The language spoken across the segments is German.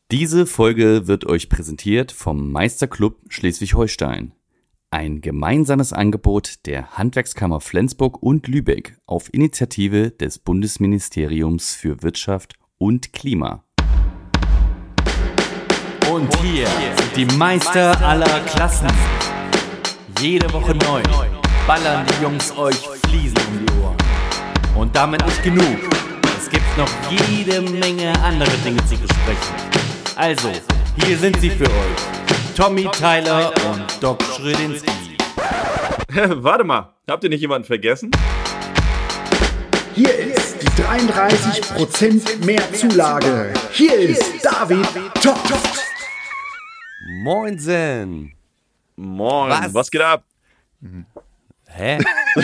Diese Folge wird euch präsentiert vom Meisterclub Schleswig-Holstein. Ein gemeinsames Angebot der Handwerkskammer Flensburg und Lübeck auf Initiative des Bundesministeriums für Wirtschaft und Klima. Und hier sind die Meister aller Klassen. Jede Woche neu ballern die Jungs euch Fliesen um die Ohren. Und damit nicht genug. Es gibt noch jede Menge andere Dinge zu besprechen. Also, hier sind sie für euch. Tommy Tyler und Doc Schrödinski. Warte mal, habt ihr nicht jemanden vergessen? Hier ist die 33% mehr Zulage. Hier ist David Toft. Moinsen. Moin, was geht ab? Hä?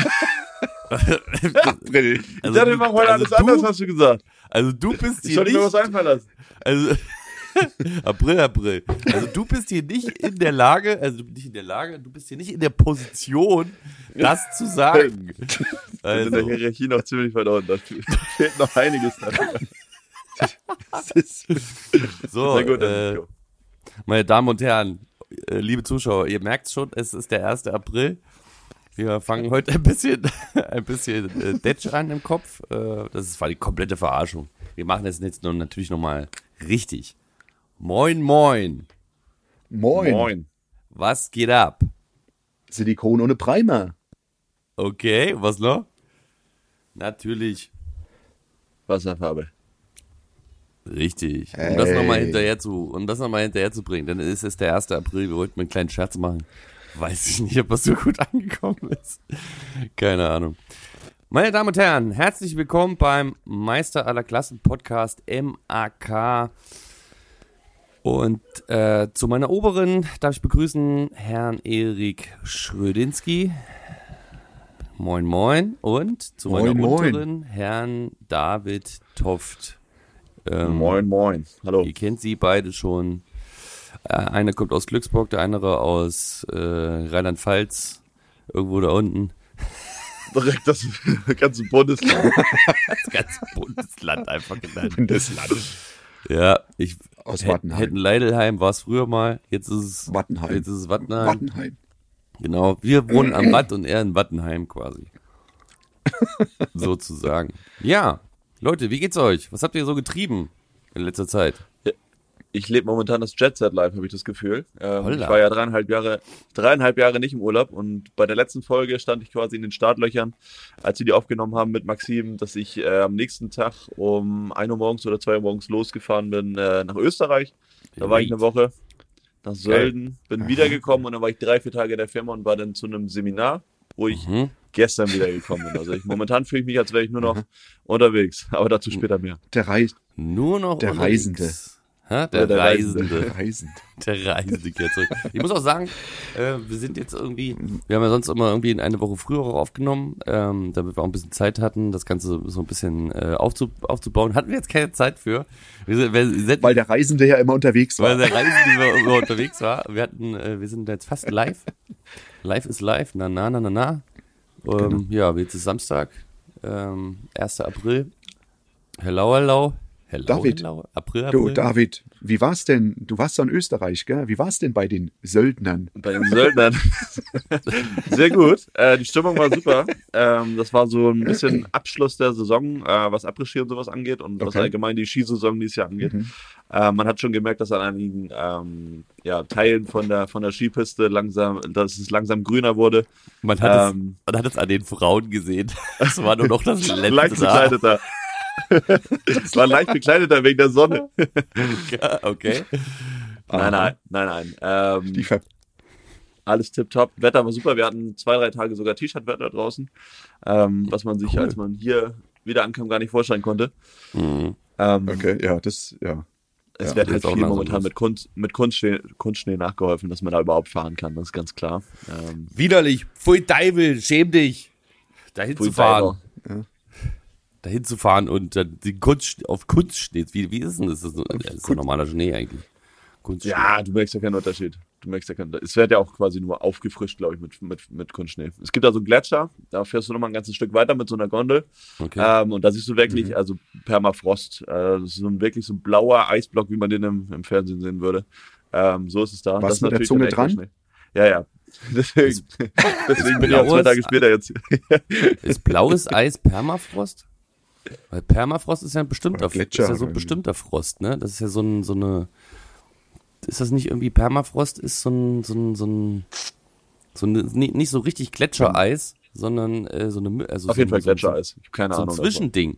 April. Ich dachte, wir machen heute alles anders, hast du gesagt. Also du bist Ich hier sollte nicht... mir was einfallen lassen. Also, April. Also du bist hier nicht in der Lage, du bist hier nicht in der Position, das zu sagen. Also. In der Hierarchie noch ziemlich weit unten. Da fehlt noch einiges dafür. So, Sehr gut, meine Damen und Herren, liebe Zuschauer, ihr merkt schon, es ist der 1. April. Wir fangen heute ein bisschen Detsch an im Kopf. Das war die komplette Verarschung. Wir machen das jetzt natürlich nochmal richtig. Moin, moin. Moin. Was geht ab? Silikon ohne Primer. Okay, was noch? Natürlich. Wasserfarbe. Richtig. Hey. Um das nochmal hinterher zu bringen, denn es ist der 1. April, wir wollten einen kleinen Scherz machen. Weiß ich nicht, ob das so gut angekommen ist. Keine Ahnung. Meine Damen und Herren, herzlich willkommen beim Meister aller Klassen Podcast MAK. Und zu meiner Oberen darf ich begrüßen Herrn Erik Schrödinski. Moin, moin. Und zu meiner Unteren Herrn David Toft. Moin. Hallo. Ihr kennt sie beide schon. Einer kommt aus Glücksburg, der andere aus Rheinland-Pfalz, irgendwo da unten. Direkt das ganze Bundesland. Das ganze Bundesland einfach genannt. Bundesland. Ja, Aus Wattenheim. Hettenleidelheim war es früher mal, jetzt ist es Wattenheim. Jetzt ist es Wattenheim. Wattenheim. Genau, wir wohnen am Watt und er in Wattenheim quasi. Sozusagen. Ja, Leute, wie geht's euch? Was habt ihr so getrieben in letzter Zeit? Ich lebe momentan das Jet Set Life, habe ich das Gefühl. Ich Holla. war ja 3,5 Jahre nicht im Urlaub und bei der letzten Folge stand ich quasi in den Startlöchern, als wir die aufgenommen haben mit Maxim, dass ich am nächsten Tag um 1 Uhr morgens oder 2 Uhr morgens losgefahren bin nach Österreich. Da war ich eine Woche nach Sölden, bin wiedergekommen und dann war ich 3-4 Tage in der Firma und war dann zu einem Seminar, wo ich gestern wiedergekommen bin. Also momentan fühle ich mich, als wäre ich nur noch unterwegs, aber dazu später mehr. Nur noch Der unterwegs. Reisende. Ha? Der Reisende. Reisend. Der Reisende kehrt zurück. Ich muss auch sagen, wir sind jetzt irgendwie, wir haben ja sonst immer irgendwie eine Woche früher auch aufgenommen, damit wir auch ein bisschen Zeit hatten, das Ganze so ein bisschen aufzubauen. Hatten wir jetzt keine Zeit für. Weil der Reisende ja immer unterwegs war. Weil der Reisende immer unterwegs war. Wir sind jetzt fast live. Live ist live. Na. Genau. Ja, jetzt ist Samstag, 1. April. Hello. David, April. Du, David, wie war's denn? Du warst doch in Österreich, gell? Wie war's denn bei den Söldnern? Bei den Söldnern. Sehr gut. Die Stimmung war super. Das war so ein bisschen Abschluss der Saison, was Après-Ski und sowas angeht und was allgemein die Skisaison dieses Jahr angeht. Man hat schon gemerkt, dass an einigen Teilen von der Skipiste dass es langsam grüner wurde. Man hat es an den Frauen gesehen. Das war nur noch das letzte. Leicht bekleideter. Es war leicht bekleideter wegen der Sonne. Ja, okay. Nein. Alles tipptopp. Wetter war super. Wir hatten 2-3 Tage sogar T-Shirt-Wetter draußen, was man sich, als man hier wieder ankam, gar nicht vorstellen konnte. Okay, Es wird halt viel momentan mit Kunstschnee nachgeholfen, dass man da überhaupt fahren kann. Das ist ganz klar. Widerlich. Pfui Teufel, schäm dich. Dahin zu fahren. Dahin zu fahren und die auf Kunstschnee. Wie ist denn das? Das ist so normaler Schnee eigentlich. Kunstschnee. Ja, du merkst ja keinen Unterschied. Es wird ja auch quasi nur aufgefrischt, glaube ich, mit Kunstschnee. Es gibt da so einen Gletscher, da fährst du nochmal ein ganzes Stück weiter mit so einer Gondel. Okay. Und da siehst du wirklich, also Permafrost. Das ist wirklich so ein blauer Eisblock, wie man den im Fernsehen sehen würde. So ist es da. Warst das ist du mit der natürlich Zunge dann echter dran? Schnee. Ja. Deswegen bin ich auch 2 blaues Tage später jetzt. Ist blaues Eis Permafrost? Weil Permafrost ist ja ein bestimmter, Oder Gletscher ist ja so ein irgendwie. bestimmter Frost, ne? Das ist ja so eine, ist das nicht irgendwie Permafrost ist so ein nicht so richtig Gletschereis, sondern so eine, also Auf so jeden Fall so Gletschereis. Ich habe keine So ein Ahnung. Zwischending.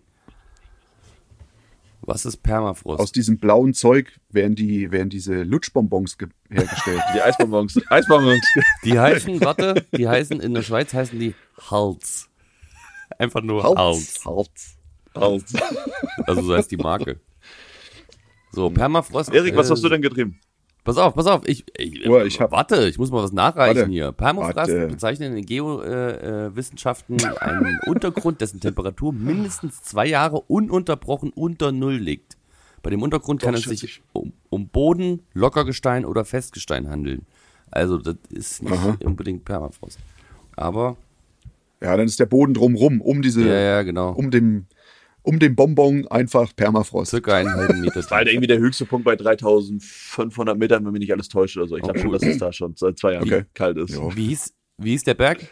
Was ist Permafrost? Aus diesem blauen Zeug werden diese Lutschbonbons hergestellt. Die Eisbonbons. Die heißen in der Schweiz heißen die Hals. Einfach nur Hals. Also so heißt die Marke. So, Permafrost. Erik, was hast du denn getrieben? Pass auf. Ich muss mal was nachreichen Warte. hier. Permafrost Warte. bezeichnet in den Geowissenschaften einen Untergrund, dessen Temperatur mindestens 2 Jahre ununterbrochen unter Null liegt. Bei dem Untergrund kann es sich um Boden, Lockergestein oder Festgestein handeln. Also das ist nicht unbedingt Permafrost. Aber Ja, dann ist der Boden drumrum, ja, genau. um den Bonbon einfach Permafrost. Circa einen halben Meter. Das war halt irgendwie der höchste Punkt bei 3500 Metern, wenn mich nicht alles täuscht oder so. Ich glaube schon, cool. dass es da schon seit 2 Jahren Okay. kalt ist. Ja. Wie hieß der Berg?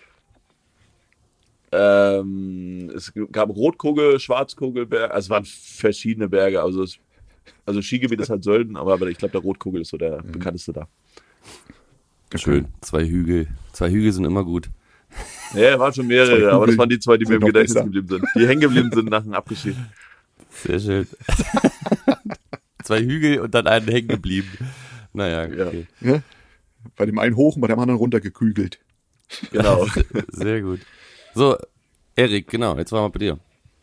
Es gab Rotkogel, Schwarzkogelberg, also es waren verschiedene Berge. Also Skigebiet ist halt Sölden, aber ich glaube, der Rotkogel ist so der bekannteste da. Schön. 2 Hügel. 2 Hügel sind immer gut. Ja, waren schon mehrere, 2 aber das Kugeln waren die 2, die mir sind im noch Gedächtnis besser. geblieben sind. Die hängen geblieben sind nach dem Abgeschied. Sehr schön. 2 Hügel und dann einen hängen geblieben. Naja, okay. Ja? Bei dem einen hoch und bei dem anderen runtergekügelt. Genau. Sehr gut. So, Erik, genau, jetzt waren wir bei dir.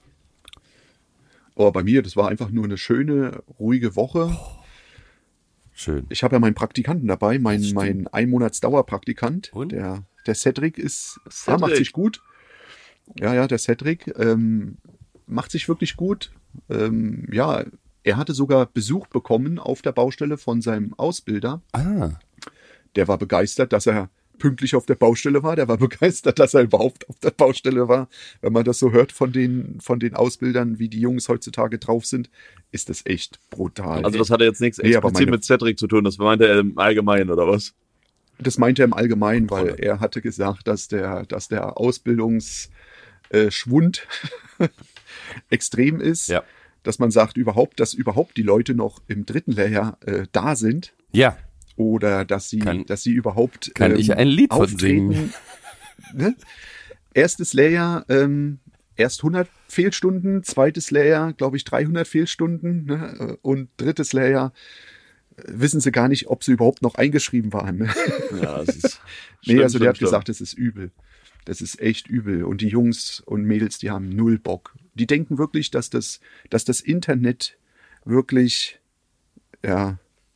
Oh, bei mir, das war einfach nur eine schöne, ruhige Woche. Schön. Ich habe ja meinen Praktikanten dabei, mein Einmonats-Dauerpraktikant. Und? Der Cedric ist, Cedric. Ja, macht sich gut. Ja, der Cedric macht sich wirklich gut. Ja, er hatte sogar Besuch bekommen auf der Baustelle von seinem Ausbilder. Ah, Der war begeistert, dass er pünktlich auf der Baustelle war. Der war begeistert, dass er überhaupt auf der Baustelle war. Wenn man das so hört von den Ausbildern, wie die Jungs heutzutage drauf sind, ist das echt brutal. Also das hatte jetzt nichts Nee, aber explizit mit Cedric zu tun, das meinte er im Allgemeinen, oder was? Das meinte er im Allgemeinen, weil er hatte gesagt, dass der Ausbildungsschwund extrem ist. Ja. Dass man sagt, dass überhaupt die Leute noch im 3. Lehrjahr da sind. ja. Oder dass sie überhaupt Kann ich ein Lied von auftreten. singen? Ne? Erstes Lehrjahr, erst 100 Fehlstunden, zweites Lehrjahr, glaube ich, 300 Fehlstunden, ne? Und drittes Lehrjahr wissen sie gar nicht, ob sie überhaupt noch eingeschrieben waren. Ne? Ja, das ist Nee, also der hat stimmt. gesagt, das ist übel. Das ist echt übel. Und die Jungs und Mädels, die haben null Bock. Die denken wirklich, dass das Internet wirklich, ja,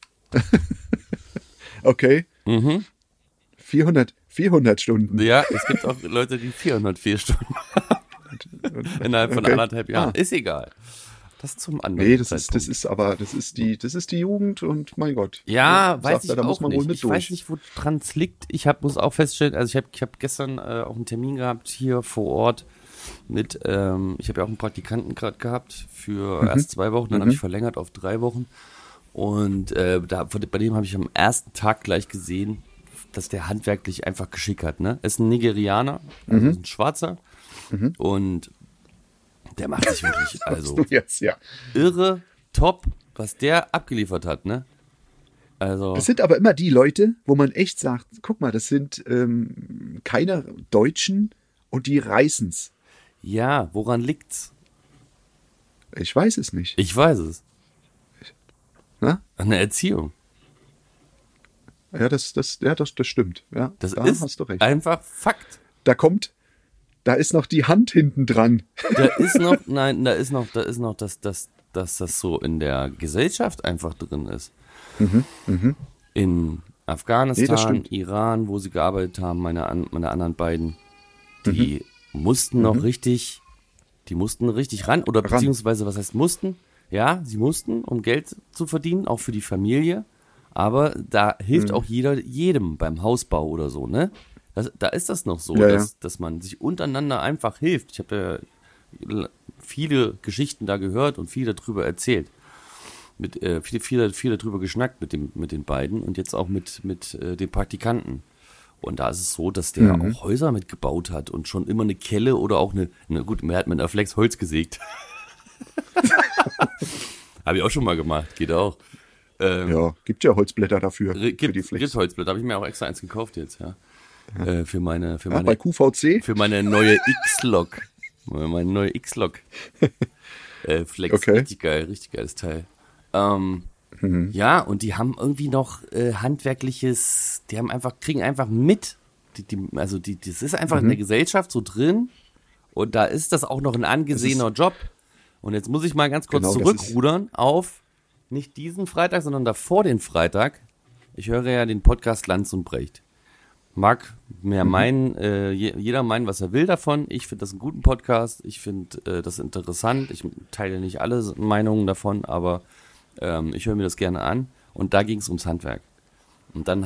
okay, 400 Stunden. Ja, es gibt auch Leute, die 404 Stunden innerhalb von Okay. 1,5 Jahren. Ist egal. Das zum anderen. Nee, das ist Zeitpunkt. die Jugend und mein Gott. Ja, Ne, weiß sagt ich er, da auch muss man wohl nicht. mit Ich durch. weiß nicht, woran es liegt. Muss auch feststellen, also ich hab gestern auch einen Termin gehabt hier vor Ort mit, ich habe ja auch einen Praktikanten gerade gehabt für erst 2 Wochen, dann habe ich verlängert auf 3 Wochen. Und bei dem habe ich am ersten Tag gleich gesehen, dass der handwerklich einfach Geschick hat. Ne? Ist ein Nigerianer, also ein Schwarzer. Und der macht sich wirklich, also Jetzt, ja. irre, top, was der abgeliefert hat, ne? Also, Das sind aber immer die Leute, wo man echt sagt, guck mal, das sind keine Deutschen und die reißen's. ja, woran liegt's? Ich weiß es nicht. Ich weiß es. Na? An der Erziehung. Ja, das stimmt. Ja, Das da ist hast du recht. einfach Fakt. Da ist noch die Hand hinten dran. Da ist noch, dass das so in der Gesellschaft einfach drin ist. In Nee, das Afghanistan, stimmt. Iran, wo sie gearbeitet haben, meine anderen beiden, die mussten noch richtig ran, oder Ran. beziehungsweise, was heißt mussten? Ja, sie mussten, um Geld zu verdienen, auch für die Familie, Aber da hilft auch jeder jedem beim Hausbau oder so, ne? Da ist das noch so, Ja, dass man sich untereinander einfach hilft. Ich habe ja viele Geschichten da gehört und viel darüber erzählt. Viel darüber geschnackt mit den beiden und jetzt auch mit den Praktikanten. Und da ist es so, dass der auch Häuser mitgebaut hat und schon immer eine Kelle oder auch gut, er hat mit einer Flex Holz gesägt. Habe ich auch schon mal gemacht, geht auch. Ja, gibt ja Holzblätter dafür. Für die Flex. Gibt Holzblätter, habe ich mir auch extra eins gekauft jetzt, ja. Für meine Bei QVC? Für meine neue X-Lok. Meine neue X-Lok. Flex, Okay. richtig geiles Teil. Ja, und die haben irgendwie noch handwerkliches, kriegen einfach mit. Das ist einfach in der Gesellschaft so drin. Und da ist das auch noch ein angesehener Job. Und jetzt muss ich mal ganz kurz zurückrudern auf nicht diesen Freitag, sondern davor den Freitag. Ich höre ja den Podcast Lanz und Brecht. Mag mehr meinen, jeder meinen, was er will davon. Ich finde das einen guten Podcast. Ich finde das interessant. Ich teile nicht alle Meinungen davon, aber ich höre mir das gerne an. Und da ging es ums Handwerk. Und dann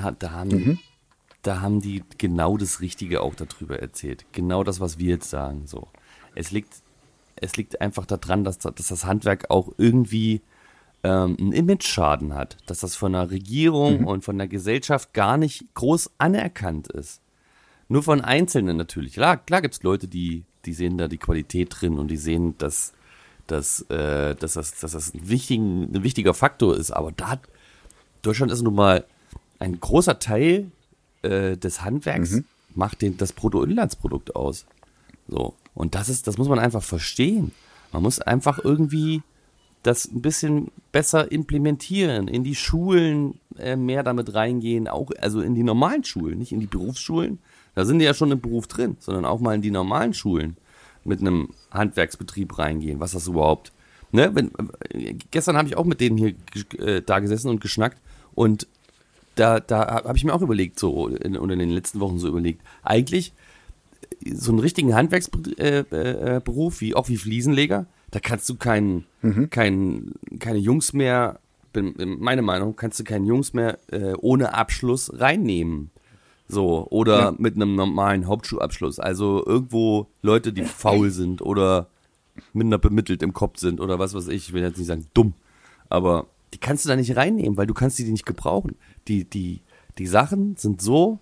da haben die genau das Richtige auch darüber erzählt. Genau das, was wir jetzt sagen. So. Es liegt einfach daran, dass das Handwerk auch irgendwie einen Image-Schaden hat, dass das von der Regierung und von der Gesellschaft gar nicht groß anerkannt ist. Nur von Einzelnen natürlich. Klar gibt es Leute, die sehen da die Qualität drin und die sehen, dass das ein wichtiger Faktor ist. Aber Deutschland ist nun mal ein großer Teil des Handwerks, macht das Bruttoinlandsprodukt aus. So. Und das muss man einfach verstehen. Man muss einfach irgendwie das ein bisschen besser implementieren, in die Schulen mehr damit reingehen, auch also in die normalen Schulen, nicht in die Berufsschulen. Da sind die ja schon im Beruf drin, sondern auch mal in die normalen Schulen mit einem Handwerksbetrieb reingehen, was das überhaupt, ne? Gestern habe ich auch mit denen hier da gesessen und geschnackt und da habe ich mir auch überlegt, oder in den letzten Wochen so überlegt, eigentlich so einen richtigen Handwerksberuf, wie Fliesenleger, da kannst du keine Jungs mehr, meine Meinung, kannst du keinen Jungs mehr ohne Abschluss reinnehmen. So, oder mit einem normalen Hauptschulabschluss. Also irgendwo Leute, die faul sind oder minder bemittelt im Kopf sind oder was weiß ich. Ich will jetzt nicht sagen dumm, aber die kannst du da nicht reinnehmen, weil du kannst die nicht gebrauchen. Die Sachen sind so,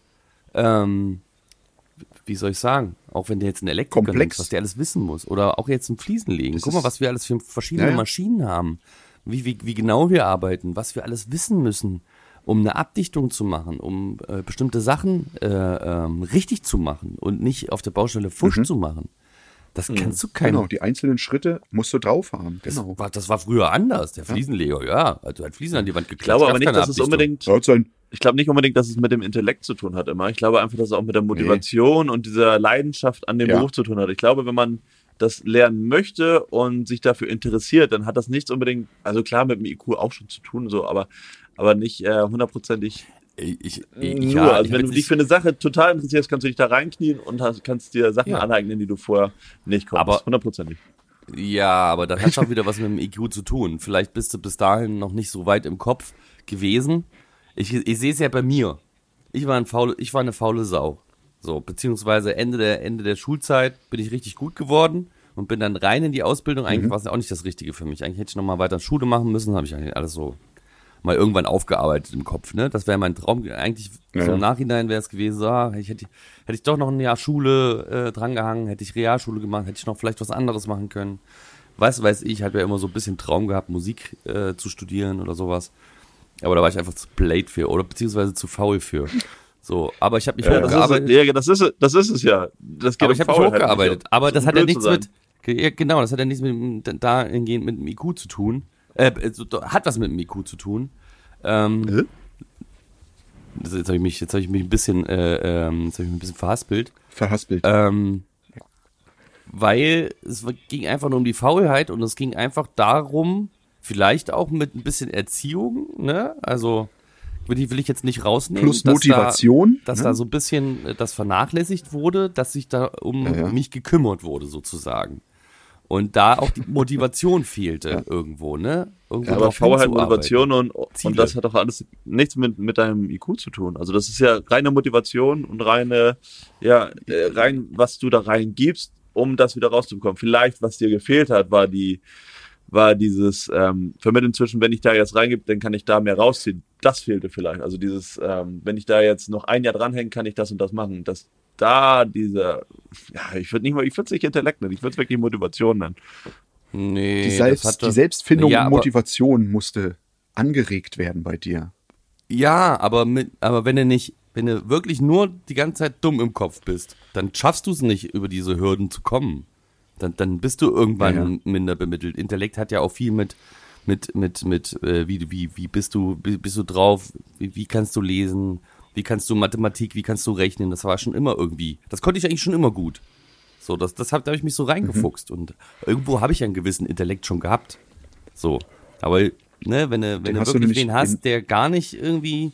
wie soll ich sagen, auch wenn der jetzt einen Elektriker nimmt, was der alles wissen muss. Oder auch jetzt ein Fliesenlegen. Guck mal, was wir alles für verschiedene Maschinen haben. Wie genau wir arbeiten, was wir alles wissen müssen, um eine Abdichtung zu machen, um bestimmte Sachen richtig zu machen und nicht auf der Baustelle Fusch zu machen. Das kannst du keinem. Genau, die einzelnen Schritte musst du drauf haben. Genau. Das war früher anders. Der Fliesenleger, also hat Fliesen an die Wand geklatscht. Ich glaube aber nicht, dass es unbedingt. Ich glaube nicht unbedingt, dass es mit dem Intellekt zu tun hat immer. Ich glaube einfach, dass es auch mit der Motivation und dieser Leidenschaft an dem Beruf zu tun hat. Ich glaube, wenn man das lernen möchte und sich dafür interessiert, dann hat das nichts unbedingt, also klar mit dem IQ auch schon zu tun, so, aber nicht hundertprozentig. Also wenn du dich für eine Sache total interessierst, kannst du dich da reinknien und kannst dir Sachen aneignen, die du vorher nicht konntest. Aber hundertprozentig. Ja, aber das hat auch wieder was mit dem IQ zu tun. Vielleicht bist du bis dahin noch nicht so weit im Kopf gewesen. Ich sehe es ja bei mir. Ich war eine faule Sau. So, beziehungsweise Ende der Schulzeit bin ich richtig gut geworden und bin dann rein in die Ausbildung. Eigentlich war es auch nicht das Richtige für mich. Eigentlich hätte ich noch mal weiter Schule machen müssen, habe ich eigentlich alles so mal irgendwann aufgearbeitet im Kopf, ne? Das wäre mein Traum. Eigentlich so im Nachhinein wäre es gewesen, so, hätte ich doch noch ein Jahr Schule drangehangen, hätte ich Realschule gemacht, hätte ich noch vielleicht was anderes machen können. Weiß ich, habe ja immer so ein bisschen Traum gehabt, Musik zu studieren oder sowas. Aber da war ich einfach zu blöd für oder beziehungsweise zu faul für. So, aber ich habe mich hochgearbeitet. Das ist es ja. Das geht aber ich habe mich hochgearbeitet. Aber das hat ja nichts mit, genau, das hat ja nichts mit dahingehend mit dem IQ zu tun. Hat was mit dem IQ zu tun. Jetzt habe ich mich ein bisschen verhaspelt. Weil es ging einfach nur um die Faulheit und es ging einfach darum, vielleicht auch mit ein bisschen Erziehung, ne? Also will ich jetzt nicht rausnehmen. Plus Motivation. Dass da so ein bisschen das vernachlässigt wurde, dass sich da um mich gekümmert wurde sozusagen. Und da auch die Motivation fehlte irgendwo, ne? Irgendwo Ja, aber drauf Faulheit, hinzuarbeiten. Motivation und Ziele. das hat doch alles nichts mit deinem IQ zu tun. Also das ist ja reine Motivation und rein, was du da reingibst, um das wieder rauszubekommen. Vielleicht, was dir gefehlt hat, war dieses Vermitteln zwischen, wenn ich da jetzt reingebe, dann kann ich da mehr rausziehen. Das fehlte vielleicht. Also dieses, wenn ich da jetzt noch ein Jahr dranhänge, kann ich das und das machen. Ich würde es nicht Intellekt nennen, ich würde es wirklich Motivation nennen. Nee, Die Selbstfindung Ja, und aber- Motivation musste angeregt werden bei dir. Ja, aber wenn du wirklich nur die ganze Zeit dumm im Kopf bist, dann schaffst du es nicht, über diese Hürden zu kommen. Dann bist du irgendwann minder bemittelt. Intellekt hat ja auch viel mit wie bist du drauf, wie kannst du lesen, wie kannst du Mathematik, wie kannst du rechnen, das war schon immer irgendwie, das konnte ich eigentlich schon immer gut. So, da habe ich mich so reingefuchst und irgendwo habe ich ja einen gewissen Intellekt schon gehabt. So, aber ne, wenn du hast du wirklich nämlich wen hast, der gar nicht irgendwie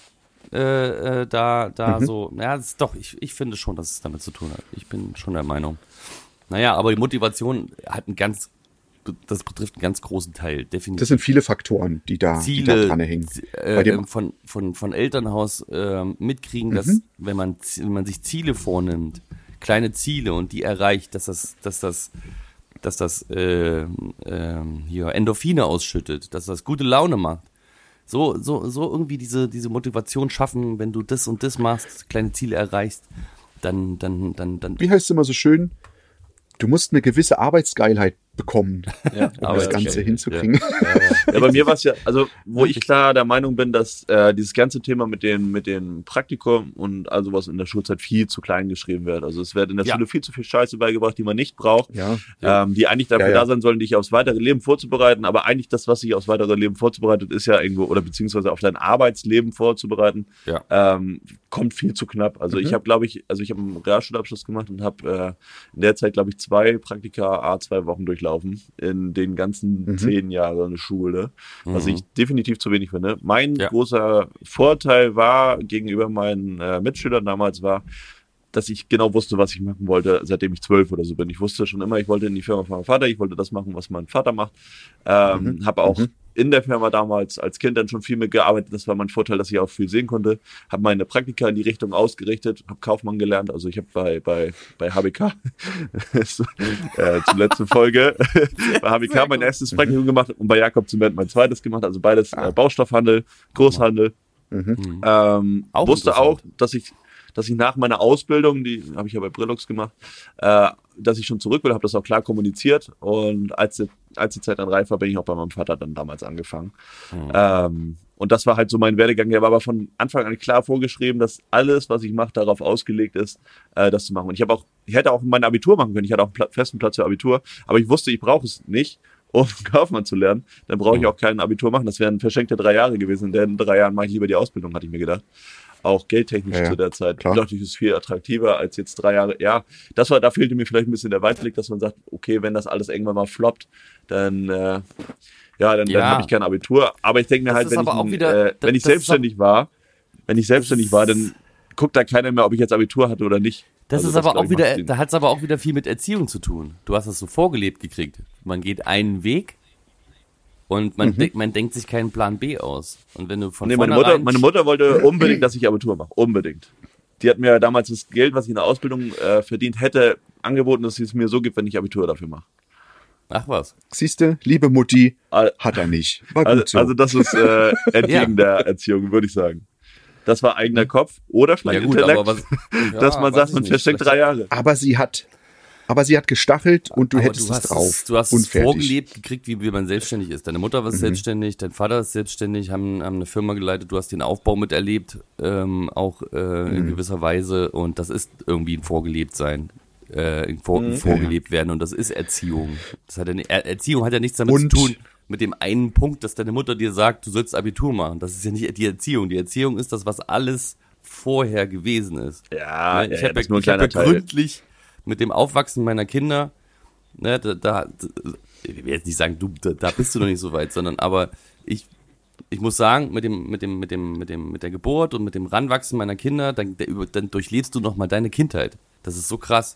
so, ja, das ist doch, ich finde schon, dass es damit zu tun hat. Ich bin schon der Meinung. Naja, aber die Motivation hat das betrifft einen ganz großen Teil, definitiv. Das sind viele Faktoren, die da dran hängen. Von Elternhaus mitkriegen, dass wenn man sich Ziele vornimmt, kleine Ziele und die erreicht, dass das hier Endorphine ausschüttet, dass das gute Laune macht. So irgendwie diese Motivation schaffen, wenn du das und das machst, kleine Ziele erreichst, dann. Wie heißt es immer so schön? Du musst eine gewisse Arbeitsgeilheit bekommen, um das Ganze hinzukriegen. Ja, bei mir war es ja, also wo ich klar der Meinung bin, dass dieses ganze Thema mit dem Praktikum und all sowas in der Schulzeit viel zu klein geschrieben wird. Also es wird in der Schule viel zu viel Scheiße beigebracht, die man nicht braucht, die eigentlich dafür da sein sollen, dich aufs weitere Leben vorzubereiten, aber eigentlich das, was dich aufs weitere Leben vorzubereitet, ist ja irgendwo, oder beziehungsweise auf dein Arbeitsleben vorzubereiten, kommt viel zu knapp. Also ich habe, glaube ich, einen Realschulabschluss gemacht und habe in der Zeit, glaube ich, 2 Praktika 2 Wochen durchlaufen in den ganzen 10 Jahren Schule, was ich definitiv zu wenig finde. Mein großer Vorteil war gegenüber meinen Mitschülern damals dass ich genau wusste, was ich machen wollte, seitdem ich 12 oder so bin. Ich wusste schon immer, ich wollte in die Firma von meinem Vater, ich wollte das machen, was mein Vater macht. Habe auch in der Firma damals als Kind dann schon viel mitgearbeitet. Das war mein Vorteil, dass ich auch viel sehen konnte. Habe meine Praktika in die Richtung ausgerichtet, habe Kaufmann gelernt. Also ich habe bei HBK zur letzten Folge bei HBK mein erstes Praktikum gemacht und bei Jakob Zement mein zweites gemacht. Also beides Baustoffhandel, Großhandel. Wusste auch, dass ich nach meiner Ausbildung, die habe ich ja bei Brillux gemacht, dass ich schon zurück will, habe das auch klar kommuniziert und als die Zeit dann reif war, bin ich auch bei meinem Vater dann damals angefangen. Und das war halt so mein Werdegang, der war aber von Anfang an klar vorgeschrieben, dass alles, was ich mache, darauf ausgelegt ist, das zu machen. Und ich hätte auch mein Abitur machen können, ich hatte auch einen festen Platz für Abitur, aber ich wusste, ich brauche es nicht, um Kaufmann zu lernen, dann brauche ich auch kein Abitur machen, das wären verschenkte 3 Jahre gewesen, in den 3 Jahren mache ich lieber die Ausbildung, hatte ich mir gedacht. Auch geldtechnisch zu der Zeit. Klar. Ich dachte, das ist viel attraktiver als jetzt 3 Jahre. Ja, da fehlte mir vielleicht ein bisschen der Weitblick, dass man sagt, okay, wenn das alles irgendwann mal floppt, dann habe ich kein Abitur. Aber ich denke mir halt, wenn ich selbstständig war, dann guckt da keiner mehr, ob ich jetzt Abitur hatte oder nicht. Da hat es aber auch wieder viel mit Erziehung zu tun. Du hast das so vorgelebt gekriegt. Man geht einen Weg. Und man denkt sich keinen Plan B aus. Und wenn du meine Mutter wollte unbedingt, dass ich Abitur mache. Unbedingt. Die hat mir damals das Geld, was ich in der Ausbildung verdient hätte, angeboten, dass sie es mir so gibt, wenn ich Abitur dafür mache. Ach was. Siehste, liebe Mutti, hat er nicht. War gut so. Also das ist entgegen der Erziehung, würde ich sagen. Das war eigener Kopf oder vielleicht Intellekt, dass man sagt, man verschenkt 3 Jahre. Aber sie hat gestachelt und du hättest es drauf. Du hast es vorgelebt gekriegt, wie man selbstständig ist. Deine Mutter war selbstständig, dein Vater ist selbstständig, haben eine Firma geleitet, du hast den Aufbau miterlebt, auch in gewisser Weise. Und das ist irgendwie ein Vorgelebtsein, vorgelebt werden. Und das ist Erziehung. Erziehung hat ja nichts damit zu tun, mit dem einen Punkt, dass deine Mutter dir sagt, du sollst Abitur machen. Das ist ja nicht die Erziehung. Die Erziehung ist das, was alles vorher gewesen ist. Ja, ich habe ja gründlich mit dem Aufwachsen meiner Kinder, ne, ich will jetzt nicht sagen, da bist du noch nicht so weit, sondern aber ich muss sagen, mit der Geburt und mit dem Ranwachsen meiner Kinder, dann durchlebst du nochmal deine Kindheit. Das ist so krass.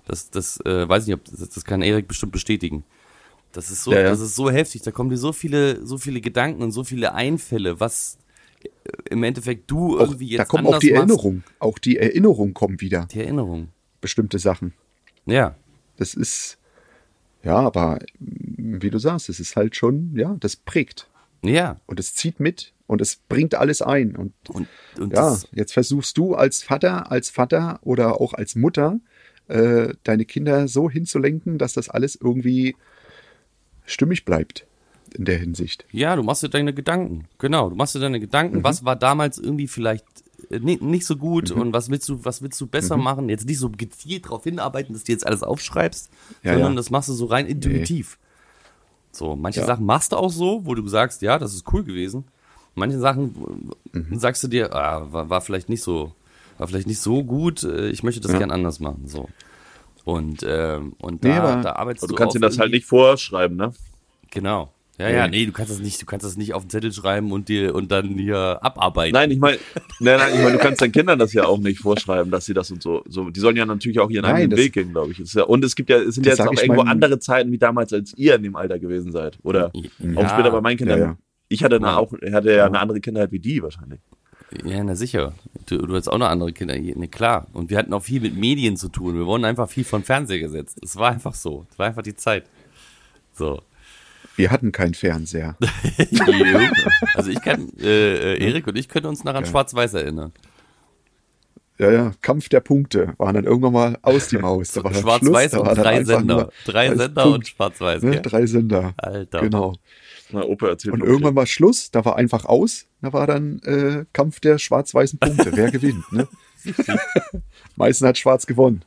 Das weiß ich nicht, das kann Erik bestimmt bestätigen. Das ist so, Ja, ja. das ist so heftig. Da kommen dir so viele Gedanken und so viele Einfälle, was im Endeffekt du Auch, irgendwie jetzt da kommen anders auch die machst. Erinnerungen. Auch die Erinnerungen kommen wieder. Die Erinnerung. Bestimmte Sachen. Ja. Das ist, ja, aber wie du sagst, es ist halt schon, ja, das prägt. Ja. Und es zieht mit und es bringt alles ein. Und Und ja, das, jetzt versuchst du als Vater oder auch als Mutter, deine Kinder so hinzulenken, dass das alles irgendwie stimmig bleibt in der Hinsicht. ja, du machst dir deine Gedanken. Genau, du machst dir deine Gedanken. Was war damals irgendwie vielleicht nicht so gut und was willst du besser machen? Jetzt nicht so gezielt darauf hinarbeiten, dass du jetzt alles aufschreibst, Ja, sondern ja. das machst du so rein intuitiv. So, manche Ja. Sachen machst du auch so, wo du sagst, ja, das ist cool gewesen. Manche Sachen sagst du dir, war vielleicht nicht so gut, ich möchte das Ja. gern anders machen. So. Und da Nee, aber arbeitest Aber du du kannst auf ihm das halt irgendwie- nicht vorschreiben, ne? Genau. Ja, nee, du kannst das nicht auf den Zettel schreiben und dann hier abarbeiten. Nein, ich meine, du kannst deinen Kindern das ja auch nicht vorschreiben, dass sie das und so. Die sollen ja natürlich auch ihren Nein, eigenen das- Weg gehen, glaube ich. Und es sind ja Das jetzt sag auch ich irgendwo meinen- andere Zeiten wie damals, als ihr in dem Alter gewesen seid. Oder auch später bei meinen Kindern. Ja, ja. Ich hatte Ja. ja eine andere Kindheit wie die wahrscheinlich. Ja, na sicher. Du hast auch noch andere Kinder. Ne, klar. Und wir hatten auch viel mit Medien zu tun. Wir wurden einfach viel von Fernseher gesetzt. Es war einfach so. Es war einfach die Zeit. So. Wir hatten keinen Fernseher. Also ich kann, Erik und ich können uns noch an Ja. Schwarz-Weiß erinnern. Ja, ja, Kampf der Punkte waren dann irgendwann mal aus die Maus. Da war dann Schwarz-Weiß Schluss, da und war dann 3 einfach Sender. nur 3 als Sender Punkt, und Schwarz-Weiß. ne, gell? 3 Sender. Alter. Genau. Na, Opa erzählt Und mir irgendwann mal Schluss, da war einfach aus, da war dann Kampf der schwarz-weißen Punkte. Wer gewinnt, ne? Meistens hat Schwarz gewonnen,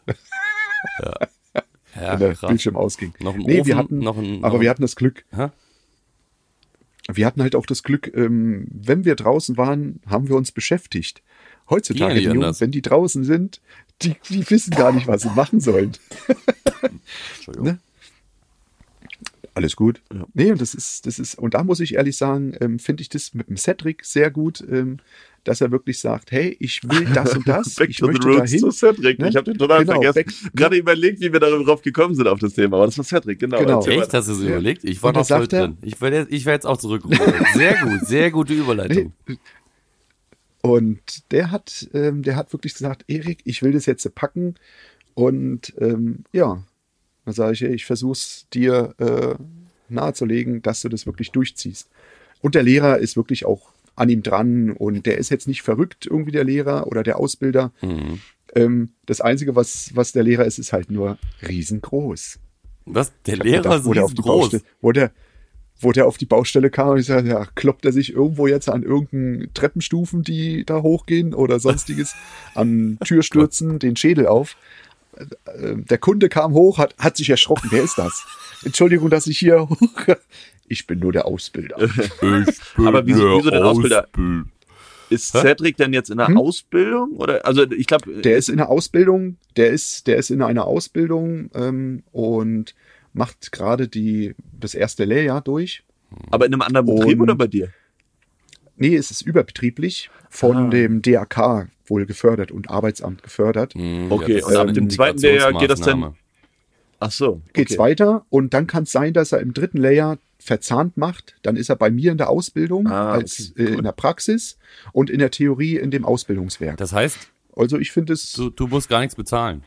Ja, wenn der krass. Bildschirm ausging. Noch ein Nee, Ofen, wir hatten, noch ein, aber noch wir ein, hatten das Glück. Hä? Wir hatten halt auch das Glück, wenn wir draußen waren, haben wir uns beschäftigt. Heutzutage, Ging ja die nicht Jungs, anders. wenn die draußen sind, die wissen gar nicht, was sie machen sollen. Entschuldigung. Ne? Alles gut. Ja. Nee, und das ist, und da muss ich ehrlich sagen, finde ich das mit dem Cedric sehr gut, dass er wirklich sagt, hey, ich will das und das, Back ich to the möchte roots dahin. zu Cedric. ne? Ich habe den total Genau, vergessen. Gerade überlegt, wie wir darauf gekommen sind auf das Thema. Aber das war Cedric, genau. Genau. Erzähl Echt, mal. hast du es Ja. überlegt? Ich war Und da noch voll sagt er- drin. Ich werde jetzt auch zurückrufen. Sehr gute Überleitung. Und der hat wirklich gesagt, Erik, ich will das jetzt packen. Und ja, dann sage ich, ich versuche es dir nahezulegen, dass du das wirklich durchziehst. Und der Lehrer ist wirklich auch an ihm dran und der ist jetzt nicht verrückt, irgendwie der Lehrer oder der Ausbilder. Das Einzige, was der Lehrer ist, ist halt nur riesengroß. Was? Der Ich hab Lehrer gedacht, ist wo der auf die riesengroß. Baustelle, wo der auf die Baustelle kam, und ich sage, ja, kloppt er sich irgendwo jetzt an irgendeinen Treppenstufen, die da hochgehen oder sonstiges, an Türstürzen den Schädel auf. Der Kunde kam hoch, hat sich erschrocken. Wer ist das? Entschuldigung, dass ich hier hoch. Ich bin nur der Ausbilder. Aber wieso denn Ausbilder? Ist Cedric denn jetzt in der Ausbildung? Oder, also ich glaube. Der ist in der Ausbildung, der ist in einer Ausbildung und macht gerade das erste Lehrjahr durch. Aber in einem anderen Betrieb Und- oder bei dir? Nee, es ist überbetrieblich von dem DAK wohl gefördert und Arbeitsamt gefördert. Okay, das und ist ab eine dem zweiten Lehrjahr geht das dann. Integrationsmaßnahme. Ach so. Geht's okay. weiter und dann kann es sein, dass er im dritten Lehrjahr verzahnt macht. Dann ist er bei mir in der Ausbildung, als okay, cool. in der Praxis und in der Theorie in dem Ausbildungswerk. Das heißt, Also ich finde es du musst gar nichts bezahlen.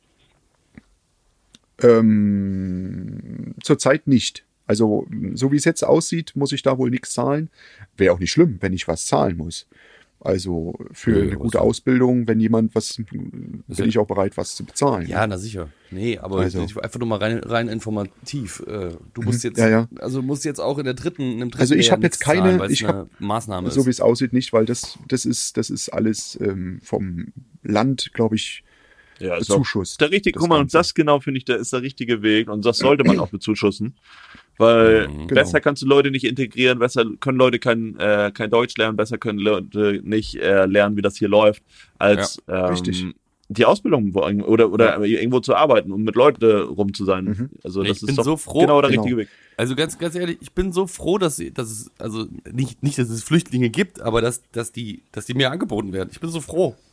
zurzeit nicht. Also so wie es jetzt aussieht, muss ich da wohl nichts zahlen. Wäre auch nicht schlimm, wenn ich was zahlen muss. Also für Nö, eine was gute denn? Ausbildung, wenn jemand was, bin ja- ich auch bereit, was zu bezahlen. Ja, na sicher. Nee, aber Also- ich war einfach nur mal rein informativ. Du musst jetzt, Ja, ja. also musst jetzt auch in der dritten Also ich Lehrjahr habe jetzt nichts zahlen, keine, weil es ich eine habe Maßnahme so wie ist. es aussieht nicht, weil das ist alles vom Land, glaube ich, Ja, ist bezuschusst. der richtige, das guck mal, und Ganze. das genau finde ich, da ist der richtige Weg und das sollte man auch bezuschussen, weil besser kannst du Leute nicht integrieren, besser können Leute kein Deutsch lernen, besser können Leute nicht lernen, wie das hier läuft, als richtig. die Ausbildung oder irgendwo zu arbeiten und mit Leuten rum zu sein. Also Ich das bin ist doch so froh- genau der Genau. richtige Weg. Also ganz ehrlich, ich bin so froh, dass es, also nicht, dass es Flüchtlinge gibt, aber dass die mir angeboten werden. Ich bin so froh.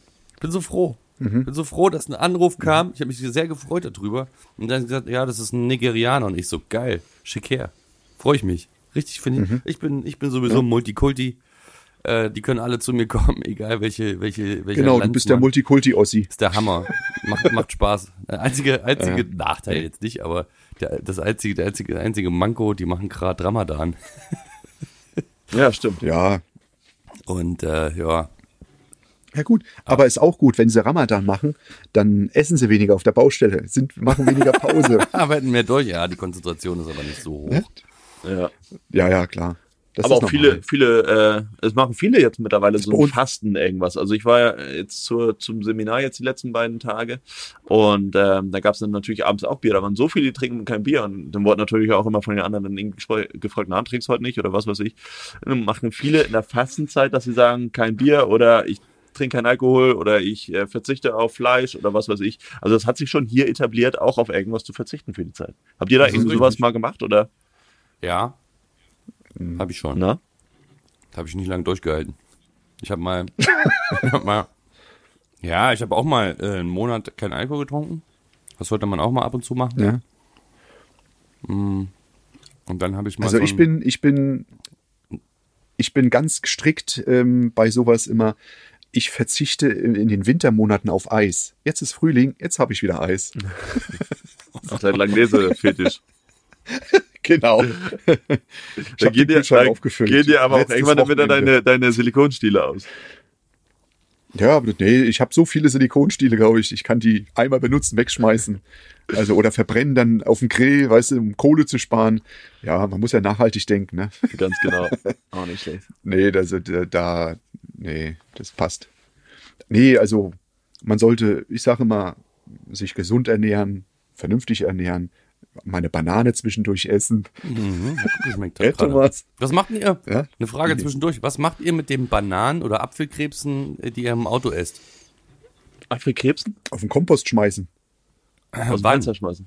Bin so froh. Bin so froh, dass ein Anruf kam. Ich habe mich sehr gefreut darüber. Und dann gesagt, ja, das ist ein Nigerianer. Und ich so, geil, schick her. Freue ich mich. Richtig, finde ich. Ich bin sowieso ein Multikulti. Die können alle zu mir kommen, egal welche Genau, du bist der Landsmann. Multikulti-Ossi. Ist der Hammer. Macht Spaß. Der einzige Nachteil jetzt nicht, aber der einzige Manko, die machen gerade Ramadan. Ja, stimmt. Ja, Und ja. ja gut. Aber ist auch gut, wenn sie Ramadan machen, dann essen sie weniger auf der Baustelle, machen weniger Pause. Arbeiten mehr durch. Ja, die Konzentration ist aber nicht so hoch. Ja. Ja, klar. Das Aber ist auch normal. es machen viele jetzt mittlerweile so bei ein uns- Fasten irgendwas. Also ich war ja jetzt zum Seminar jetzt die letzten beiden Tage und da gab es dann natürlich abends auch Bier. Da waren so viele, die trinken kein Bier und dann wurde natürlich auch immer von den anderen dann irgendwie gefragt, na, trinkst du heute nicht oder was weiß ich. Dann machen viele in der Fastenzeit, dass sie sagen, kein Bier oder ich trinke keinen Alkohol oder ich verzichte auf Fleisch oder was weiß ich. Also das hat sich schon hier etabliert, auch auf irgendwas zu verzichten für die Zeit. Habt ihr da Das ist irgendwie sowas richtig. mal gemacht oder? Ja. Habe ich schon. Na? Habe ich nicht lange durchgehalten. Ich habe auch mal einen Monat keinen Alkohol getrunken. Das sollte man auch mal ab und zu machen. Ja. Und dann habe ich mal Also so ich bin ganz strikt bei sowas immer. Ich verzichte in den Wintermonaten auf Eis. Jetzt ist Frühling, jetzt habe ich wieder Eis. Seit Langnese-Fetisch. Genau. Da geht dir aber auch Letztes irgendwann wieder Wochenende. deine Silikonstiele aus. Ja, aber nee, ich habe so viele Silikonstiele, glaube ich. Ich kann die einmal benutzen, wegschmeißen. Also oder verbrennen dann auf dem Grill, weißt du, um Kohle zu sparen. Ja, man muss ja nachhaltig denken, ne? Ganz genau. Auch nicht schlecht. Nee, nee, das passt. Nee, also man sollte, ich sage immer, sich gesund ernähren, vernünftig ernähren, meine Banane zwischendurch essen. geschmeckt Ja, hat gerade. Thomas. Was macht ihr? Ja? Eine Frage zwischendurch. Was macht ihr mit den Bananen oder Apfelkrebsen, die ihr im Auto esst? Apfelkrebsen? Auf den Kompost schmeißen. Aus dem Wann? Fenster schmeißen.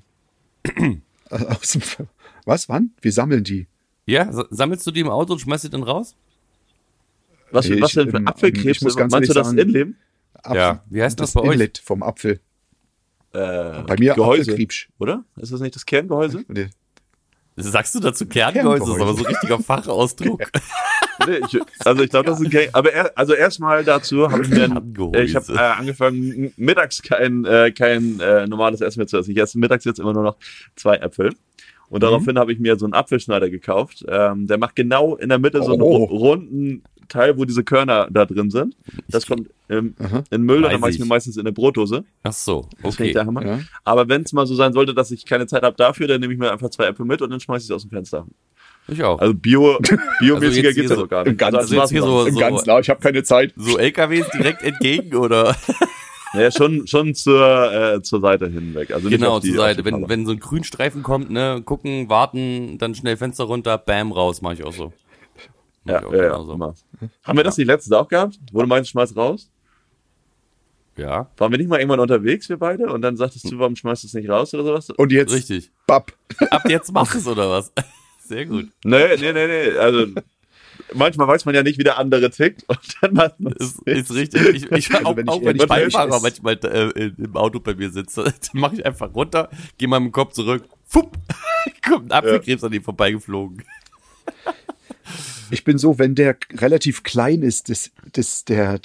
Aus dem, was, wann? Wir sammeln die. Ja, sammelst du die im Auto und schmeißt die dann raus? Was, Nee, was denn für ich Apfelkrebse? muss ganz Meinst du ehrlich das sagen, Innenleben? Ja, wie heißt das bei euch? Inlet vom Apfel. Bei mir Gehäuse, Apfelkriebsch. oder? Ist das nicht das Kerngehäuse? Nee. Sagst du dazu Kerngehäuse? Das ist aber so ein richtiger Fachausdruck. Nee, ich glaube, das ist ein Aber erstmal dazu habe ich Kerngehäuse. ich habe angefangen, mittags kein normales Essen mehr zu essen. Ich esse mittags jetzt immer nur noch 2 Äpfel. Und daraufhin habe ich mir so einen Apfelschneider gekauft. Der macht genau in der Mitte so einen runden Teil, wo diese Körner da drin sind. Das kommt in Müll und dann mache ich mir meistens in eine Brotdose. Ach so, Das finde okay. ich der Hammer. Ja. Aber wenn es mal so sein sollte, dass ich keine Zeit habe dafür, dann nehme ich mir einfach 2 Äpfel mit und dann schmeiße ich es aus dem Fenster. Ich auch. Also biomäßiger Also jetzt geht's hier ja so doch gar nicht. ganz- Also also jetzt hier so, Im Ganzen, aber ich habe keine Zeit. so LKWs direkt entgegen oder? ja, schon zur Seite hinweg. Also nicht Genau, auf die, zur Seite. auf die Falle. Wenn so ein Grünstreifen kommt, ne, gucken, warten, dann schnell Fenster runter, bam, raus, mache ich auch so. Mach Ja, ich auch ja, genauso. immer. Haben wir das nicht letztens auch gehabt? Wo du meinst, schmeiß raus? Ja, Waren wir nicht mal irgendwann unterwegs, wir beide? Und dann sagtest du, warum schmeißt du es nicht raus oder sowas? Und jetzt, richtig. bapp. Ab jetzt machst du es oder was? Sehr gut. Nee. Also, manchmal weiß man ja nicht, wie der andere tickt. Und dann macht man es. Ist richtig. Ich Also auch, wenn ich auch wenn ich ehrlich Beifahrer bin, manchmal im Auto bei mir sitze, dann mache ich einfach runter, gehe mal mit dem Kopf zurück, fupp, kommt ein Apfelkrebs an ihm vorbeigeflogen. Ich bin so, wenn der relativ klein ist, das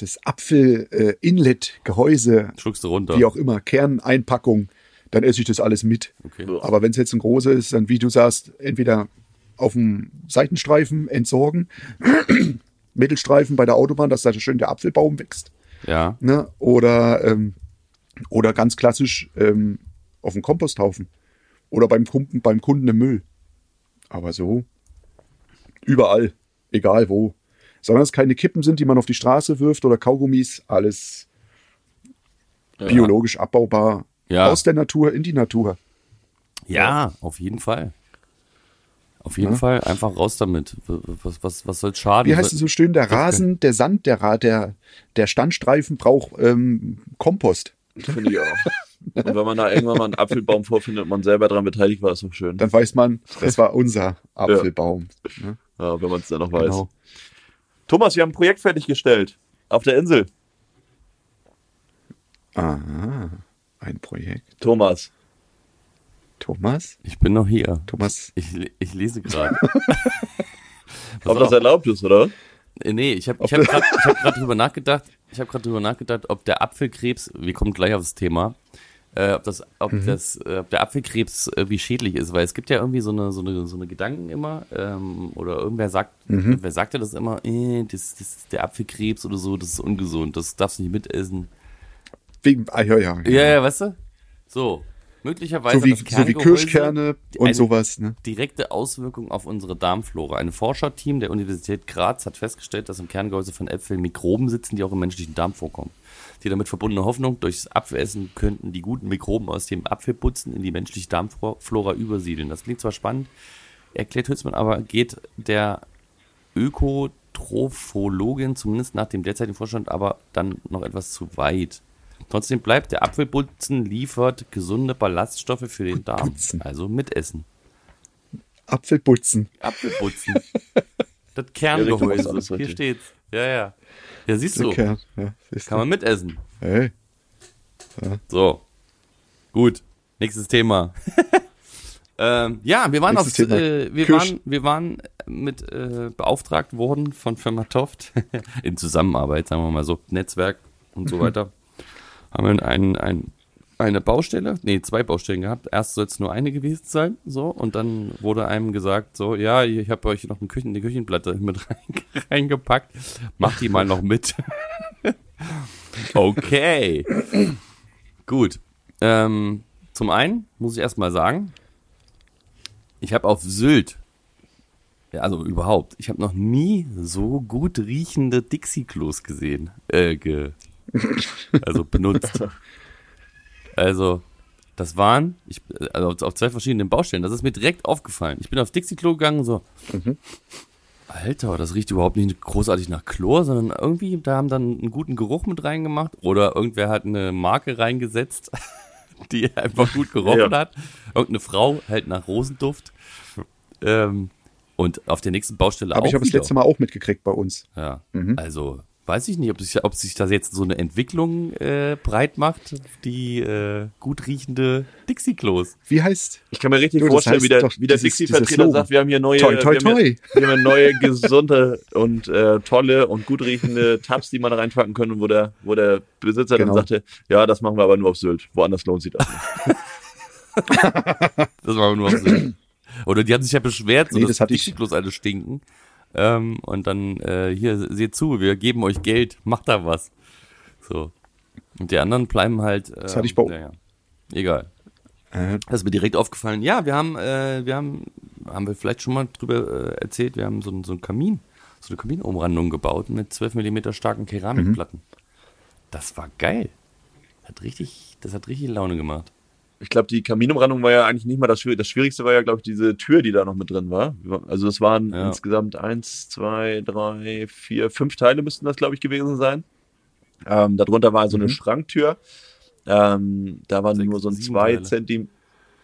Apfel-Inlet-Gehäuse, Schluckst du runter. wie auch immer, Kerneinpackung, dann esse ich das alles mit. Okay. Aber wenn es jetzt ein großer ist, dann, wie du sagst, entweder auf dem Seitenstreifen entsorgen, Mittelstreifen bei der Autobahn, dass da schön der Apfelbaum wächst. Ja. Ne? Oder ganz klassisch auf dem Komposthaufen. Oder beim Kunden im Müll. Aber so überall, egal wo. Solange es keine Kippen sind, die man auf die Straße wirft oder Kaugummis, alles biologisch abbaubar. Ja. Aus der Natur in die Natur. Ja, auf jeden Fall. Auf jeden Fall einfach raus damit. Was soll's schaden? Wie heißt es so schön? Der Rasen, der Sand, der Standstreifen braucht Kompost. Finde ich auch. Und wenn man da irgendwann mal einen Apfelbaum vorfindet und man selber daran beteiligt war, ist doch schön. Dann weiß man, das war unser Apfelbaum. Ne? Ja, wenn man es dann noch weiß. Genau. Thomas, wir haben ein Projekt fertiggestellt. Auf der Insel. Ah, ein Projekt. Thomas. Thomas? Ich bin noch hier. Thomas. Ich lese gerade. Ob das erlaubt ist, oder? Nee, ich hab gerade drüber nachgedacht. Ob der Apfelkrebs, wir kommen gleich auf das Thema, ob der Apfelkrebs irgendwie schädlich ist, weil es gibt ja irgendwie so eine Gedanken immer, oder wer sagt ja das immer, das ist der Apfelkrebs oder so, das ist ungesund, das darfst du nicht mitessen. Ja, weißt du? So, möglicherweise so wie Kerngehäuse Kirschkerne und sowas, ne? Direkte Auswirkung auf unsere Darmflora. Ein Forscherteam der Universität Graz hat festgestellt, dass im Kerngehäuse von Äpfeln Mikroben sitzen, die auch im menschlichen Darm vorkommen. Die damit verbundene Hoffnung, durchs Apfelessen könnten die guten Mikroben aus dem Apfelputzen in die menschliche Darmflora übersiedeln. Das klingt zwar spannend, erklärt Hülsmann, aber geht der Ökotrophologin zumindest nach dem derzeitigen Vorstand aber dann noch etwas zu weit. Trotzdem bleibt, der Apfelputzen liefert gesunde Ballaststoffe für den Darm. Also mitessen. Apfelputzen. Das Kerngehäuse. Ja, hier steht's. Ja. Ja, siehst du. Ja, Kann man mitessen. Hey. So. Gut. Nächstes Thema. Wir waren mit beauftragt worden von Firma Toft in Zusammenarbeit, sagen wir mal so, Netzwerk und so weiter. Haben wir eine Baustelle, zwei Baustellen gehabt. Erst soll es nur eine gewesen sein, so, und dann wurde einem gesagt, so, ja, ich habe euch noch eine Küchenplatte mit reingepackt, macht die mal noch mit. Okay. Gut. Zum einen muss ich erstmal sagen, ich habe auf Sylt, ja, also überhaupt, ich habe noch nie so gut riechende Dixie-Klos gesehen, benutzt. Also, das waren, auf zwei verschiedenen Baustellen, das ist mir direkt aufgefallen. Ich bin auf Dixie-Klo gegangen und so, Alter, das riecht überhaupt nicht großartig nach Chlor, sondern irgendwie, da haben dann einen guten Geruch mit reingemacht oder irgendwer hat eine Marke reingesetzt, die einfach gut gerochen hat. Irgendeine Frau halt nach Rosenduft. Und auf der nächsten Baustelle auch. Ich habe das letzte Mal auch mitgekriegt bei uns. Ja, also weiß ich nicht, ob sich da jetzt so eine Entwicklung breit macht, die gut riechende Dixie-Klos. Wie heißt? Ich kann mir richtig vorstellen, wie der Dixie-Vertreter sagt, wir haben hier neue, wir haben neue gesunde und tolle und gut riechende Tabs, die man da reinpacken können, wo der Besitzer dann sagte, ja, das machen wir aber nur auf Sylt. Woanders lohnt sich das nicht. Das machen wir nur auf Sylt. Oder die haben sich ja beschwert, so dass Dixie-Klos alle stinken. Und dann, hier, seht zu, wir geben euch Geld, macht da was. So. Und die anderen bleiben halt. Das hatte ich bei egal. Das ist mir direkt aufgefallen. Ja, haben wir vielleicht schon mal drüber erzählt, wir haben so einen Kamin, so eine Kaminumrandung gebaut mit 12 mm starken Keramikplatten. Das war geil. Das hat richtig Laune gemacht. Ich glaube, die Kaminumrandung war ja eigentlich nicht mal das Schwierigste. Das Schwierigste war ja, glaube ich, diese Tür, die da noch mit drin war. Also das waren insgesamt 1, 2, 3, 4, 5 Teile müssten das, glaube ich, gewesen sein. Darunter war so eine Schranktür. Da waren nur so ein 2 Zentimeter.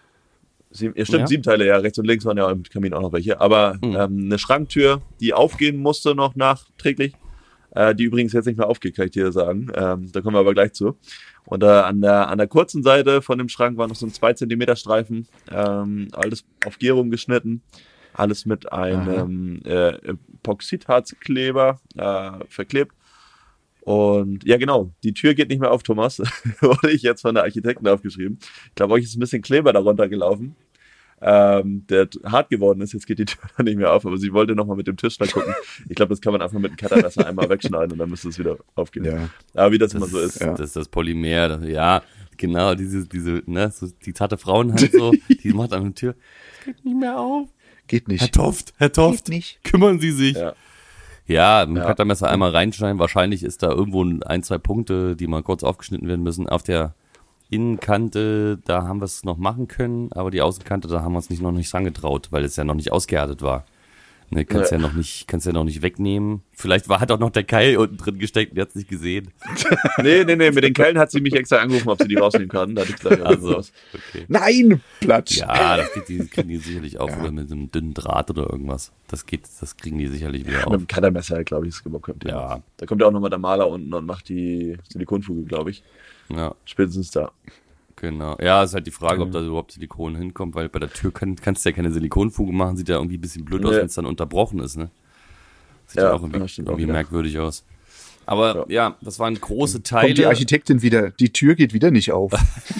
7 Teile, ja, rechts und links waren ja im Kamin auch noch welche. Aber eine Schranktür, die aufgehen musste noch nachträglich. Die übrigens jetzt nicht mehr aufgeht, kann ich dir sagen. Da kommen wir aber gleich zu. Und an der kurzen Seite von dem Schrank war noch so ein 2 Zentimeter Streifen, alles auf Gärung geschnitten, alles mit einem Epoxidharzkleber verklebt. Und ja, genau, die Tür geht nicht mehr auf, Thomas. Wurde ich jetzt von der Architektin aufgeschrieben. Ich glaube, euch ist ein bisschen Kleber darunter gelaufen, der hart geworden ist. Jetzt geht die Tür dann nicht mehr auf, aber sie wollte nochmal mit dem Tischler gucken. Ich glaube, das kann man einfach mit dem Cuttermesser einmal wegschneiden und dann müsste es wieder aufgehen. Ja. Aber wie das immer so ist. Das ist das Polymer. Ja, genau, diese ne, so die zarte Frauenhand so, die macht an der Tür. Es geht nicht mehr auf. Geht nicht. Herr Toft, geht nicht. Kümmern Sie sich. Ja, mit dem Cuttermesser einmal reinschneiden. Wahrscheinlich ist da irgendwo 1, 2 Punkte, die mal kurz aufgeschnitten werden müssen. Auf der Innenkante, da haben wir es noch machen können, aber die Außenkante, da haben wir uns noch nicht angetraut, weil es ja noch nicht ausgehärtet war. Ne, kannst ja noch nicht wegnehmen. Vielleicht hat auch noch der Keil unten drin gesteckt und die hat es nicht gesehen. Nee, mit den Keilen hat sie mich extra angerufen, ob sie die rausnehmen kann. Da hatte ich gesagt, Also, okay. Nein, Platsch. Ja, kriegen die sicherlich auf oder mit einem dünnen Draht oder irgendwas. Das kriegen die sicherlich wieder auf. Mit dem Cuttermesser, glaube ich, ist überhaupt kein Thema. Ja. Da kommt ja auch nochmal der Maler unten und macht die Silikonfuge, glaube ich. Ja, Spätestens da. genau. Ja, ist halt die Frage, ob da überhaupt Silikon hinkommt, weil bei der Tür kannst du ja keine Silikonfuge machen, sieht ja irgendwie ein bisschen blöd aus, Nee. wenn es dann unterbrochen ist, ne? Sieht Ja, ja auch irgendwie, stimmt auch irgendwie wieder. merkwürdig aus. Aber ja, das waren große Teile. Kommt die Architektin wieder, die Tür geht wieder nicht auf.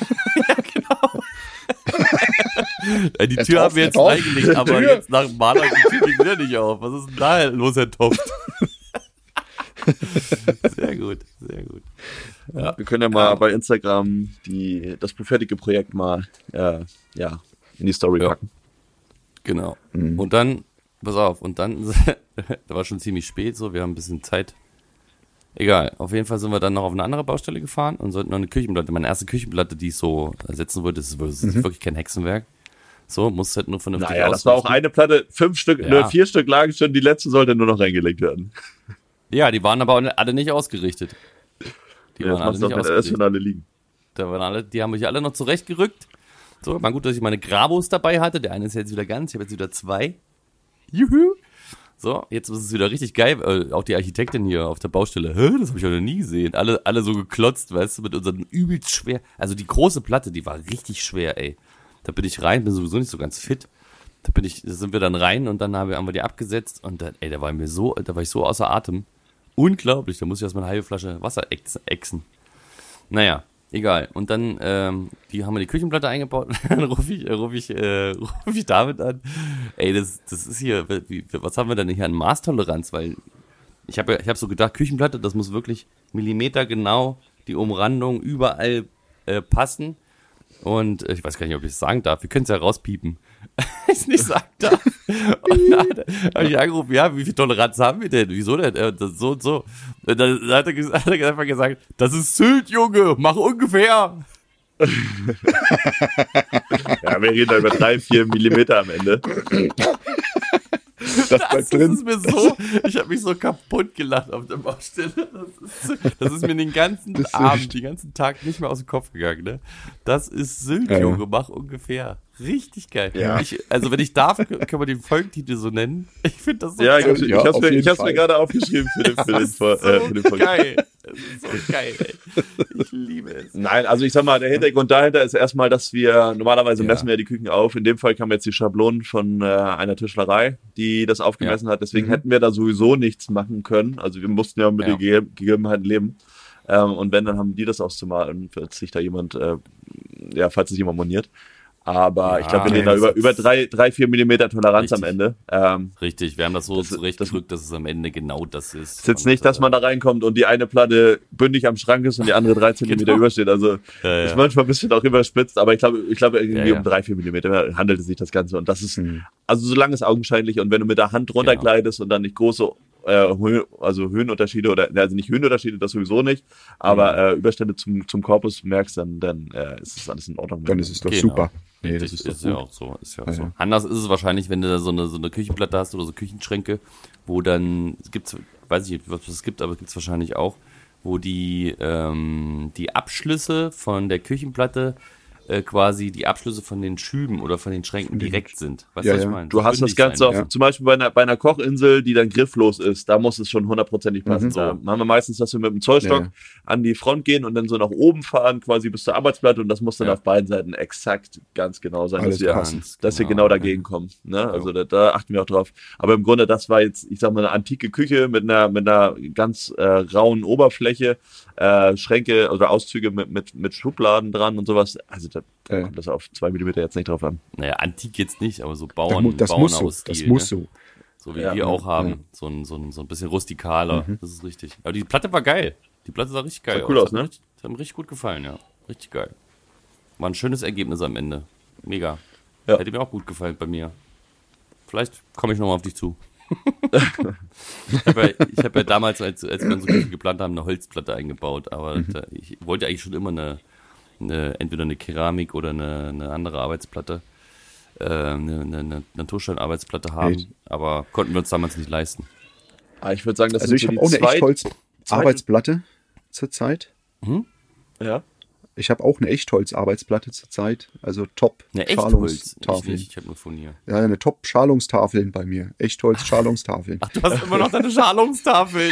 Die Tür haben wir jetzt drauf. reingelegt, aber Tür. jetzt nach dem Maler geht die Tür wieder nicht auf. Was ist denn da los, Herr Toft? Sehr gut, sehr gut. Wir können ja mal bei Instagram das fertige Projekt mal in die Story Ja. packen. Genau. Und dann, pass auf, da war schon ziemlich spät, so, wir haben ein bisschen Zeit. Egal, auf jeden Fall sind wir dann noch auf eine andere Baustelle gefahren und sollten noch eine Küchenplatte, meine erste Küchenplatte, die ich so ersetzen wollte, das ist wirklich kein Hexenwerk. So, muss halt nur vernünftig Naja, das war auch eine Platte, 4 Stück lagen schon, die letzte sollte nur noch reingelegt werden. Ja, die waren aber alle nicht ausgerichtet. Die Ja, waren alle das macht nicht doch mit ausgerichtet. alle liegen. Die haben mich alle noch zurechtgerückt. So, war gut, dass ich meine Grabos dabei hatte. Der eine ist jetzt wieder ganz, ich habe jetzt wieder 2. Juhu. So, jetzt ist es wieder richtig geil. Auch die Architektin hier auf der Baustelle. Das habe ich auch noch nie gesehen. Alle so geklotzt, weißt du, mit unseren übelst schwer. Also die große Platte, die war richtig schwer, ey. Da bin ich rein, bin sowieso nicht so ganz fit. Da sind wir dann rein und dann haben wir die abgesetzt und dann, da war ich so außer Atem. Unglaublich, da muss ich erstmal eine halbe Flasche Wasser exen. Naja, egal. Und dann haben wir die Küchenplatte eingebaut und dann ruf ich David an. Ey, das ist hier, was haben wir denn hier an Maßtoleranz? Weil ich hab so gedacht, Küchenplatte, das muss wirklich millimetergenau die Umrandung überall passen. Und ich weiß gar nicht, ob ich es sagen darf. Wir können es ja rauspiepen. Ich es nicht sagen darf. Und dann habe ich angerufen, ja, wie viel Toleranz haben wir denn? Wieso denn? Das so und so. Und dann hat er einfach gesagt, das ist Sylt, Junge, mach ungefähr. Ja, wir reden da über 3-4 Millimeter am Ende. Das bleibt drin. ist mir so, ich habe mich so kaputt gelacht auf der Baustelle. Das ist mir den ganzen Abend, den ganzen Tag nicht mehr aus dem Kopf gegangen. Ne? Das ist Sylt, Ja. Junge, mach ungefähr. Richtig geil. Ja. Also wenn ich darf, können wir den Folgentitel so nennen. Ich finde das so Ja, geil. ich Ja, hab's auf mir, jeden ich hab's Fall. mir gerade aufgeschrieben für den Folge. Geil. Das ist so geil, ey. Ich liebe es. Nein, also ich sag mal, der Hintergrund dahinter ist erstmal, dass wir normalerweise Ja. messen wir die Küken auf. In dem Fall kam jetzt die Schablonen von einer Tischlerei, die das aufgemessen hat. Deswegen hätten wir da sowieso nichts machen können. Also wir mussten ja mit den Gegebenheiten leben. Und wenn, dann haben die das auszumalen, falls sich da jemand, falls es jemand moniert. Aber ich glaube, wir nehmen da über 3-4 Millimeter Toleranz Richtig. am Ende. Richtig, wir haben das so Das- zurechtgedrückt, dass es am Ende genau das ist. Ist jetzt Und, nicht, dass man da reinkommt und die eine Platte bündig am Schrank ist und die andere 3 Zentimeter Genau. übersteht. Also Ja. ist manchmal ein bisschen auch überspitzt, aber ich glaube irgendwie Ja. um 3-4 Millimeter handelt es sich das Ganze. Und das ist, also solange es augenscheinlich und wenn du mit der Hand runtergleitest und dann nicht große Höhenunterschiede also nicht Höhenunterschiede, das sowieso nicht, aber Überstände zum Korpus merkst, dann ist es alles in Ordnung. Dann ist es doch Genau. super. Nee, das Richtig, ist doch ja gut. auch so. Ist ja auch Ja, so. ja. Anders ist es wahrscheinlich, wenn du da so eine Küchenplatte hast oder so Küchenschränke, wo dann, weiß ich nicht, was es gibt, aber es gibt es wahrscheinlich auch, wo die Abschlüsse von der Küchenplatte quasi die Abschlüsse von den Schüben oder von den Schränken direkt sind. Weißt du, Ja, was ich ja. meine? Du hast das Bündig Ganze sein. auf, ja. zum Beispiel bei einer Kochinsel, die dann grifflos ist, da muss es schon hundertprozentig passen. So, haben wir meistens, dass wir mit dem Zollstock Ja. an die Front gehen und dann so nach oben fahren, quasi bis zur Arbeitsplatte und das muss dann Ja. auf beiden Seiten exakt ganz genau sein, Alles dass wir, passend. dass wir genau dagegen kommen. Ne? Also da achten wir auch drauf. Aber im Grunde, das war jetzt, ich sag mal, eine antike Küche mit einer ganz rauen Oberfläche, Schränke oder Auszüge mit Schubladen dran und sowas. Also da kommt das auf 2 Millimeter jetzt nicht drauf an. Naja, antik jetzt nicht, aber so Das Bauern, muss so. Bauernhausstil, Das muss ne? so. So wie Ja, wir auch haben. ja. So ein bisschen rustikaler. Das ist richtig. Aber die Platte war geil. Die Platte sah richtig geil Sah cool aus, Hat ne? mir hat mir richtig gut gefallen, ja. Richtig geil. War ein schönes Ergebnis am Ende. Mega. Ja. Hätte mir auch gut gefallen bei mir. Vielleicht komme ich nochmal auf dich zu. Ich hab ja damals, als wir unsere Küche geplant haben, eine Holzplatte eingebaut. Aber ich wollte eigentlich schon immer entweder eine Keramik oder eine andere Arbeitsplatte. eine Natursteinarbeitsplatte haben, aber konnten wir uns damals nicht leisten. Ich würde sagen, das Also sind ich so habe die auch eine Echtholz-Arbeitsplatte zurzeit. Ja. Ich habe auch eine Echtholz-Arbeitsplatte zurzeit. Also top Eine Echtholz? Ich Schalungstafeln. nicht, ich habe nur Furnier. Ja, eine top Schalungstafeln bei mir. Echtholz-Schalungstafeln. Ach, du hast immer noch deine Schalungstafel.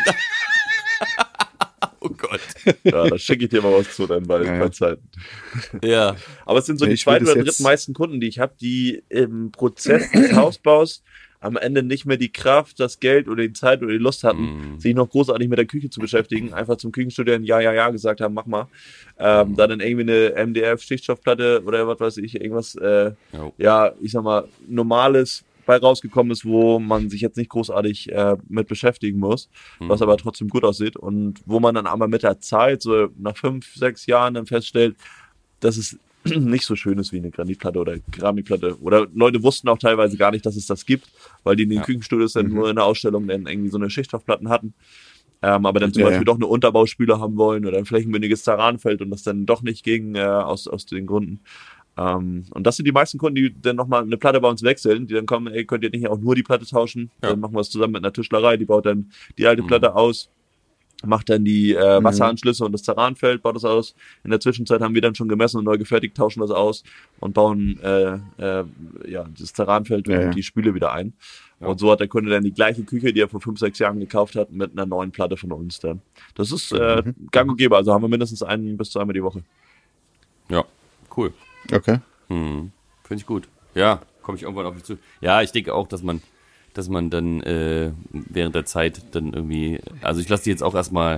Oh Gott. Ja, da schicke ich dir mal was zu dann bei den Zeiten. Ja. Aber es sind so Nee, die ich will zweiten das oder jetzt- drittmeisten Kunden, die ich habe, die im Prozess des Hausbaus am Ende nicht mehr die Kraft, das Geld oder die Zeit oder die Lust hatten, sich noch großartig mit der Küche zu beschäftigen, einfach zum Küchenstudieren ja gesagt haben, mach mal. Dann irgendwie eine MDF-Stichstoffplatte oder was weiß ich, irgendwas, ich sag mal, Normales bei rausgekommen ist, wo man sich jetzt nicht großartig mit beschäftigen muss, was aber trotzdem gut aussieht und wo man dann aber mit der Zeit, so nach 5, 6 Jahren dann feststellt, dass es nicht so schön ist wie eine Granitplatte oder Keramikplatte. Oder Leute wussten auch teilweise gar nicht, dass es das gibt, weil die in den Küchenstudios dann nur in der Ausstellung dann irgendwie so eine Schichtstoffplatten hatten. Aber dann zum Beispiel doch eine Unterbauspüle haben wollen oder ein flächenbündiges Terranfeld und das dann doch nicht ging aus den Gründen. Und das sind die meisten Kunden, die dann nochmal eine Platte bei uns wechseln, die dann kommen, ey, könnt ihr nicht auch nur die Platte tauschen? Ja. Dann machen wir es zusammen mit einer Tischlerei, die baut dann die alte Platte aus, macht dann die Wasseranschlüsse und das Terranfeld, baut das aus. In der Zwischenzeit haben wir dann schon gemessen und neu gefertigt, tauschen das aus und bauen das Terranfeld und die Spüle wieder ein. Ja. Und so hat der Kunde dann die gleiche Küche, die er vor 5, 6 Jahren gekauft hat, mit einer neuen Platte von uns dann. Das ist gang und gäbe, also haben wir mindestens 1 bis 2 Mal die Woche. Ja, cool. Okay. Finde ich gut. Ja, komme ich irgendwann auf dich zu. Ja, ich denke auch, dass man dann während der Zeit dann irgendwie, also ich lasse die jetzt auch erstmal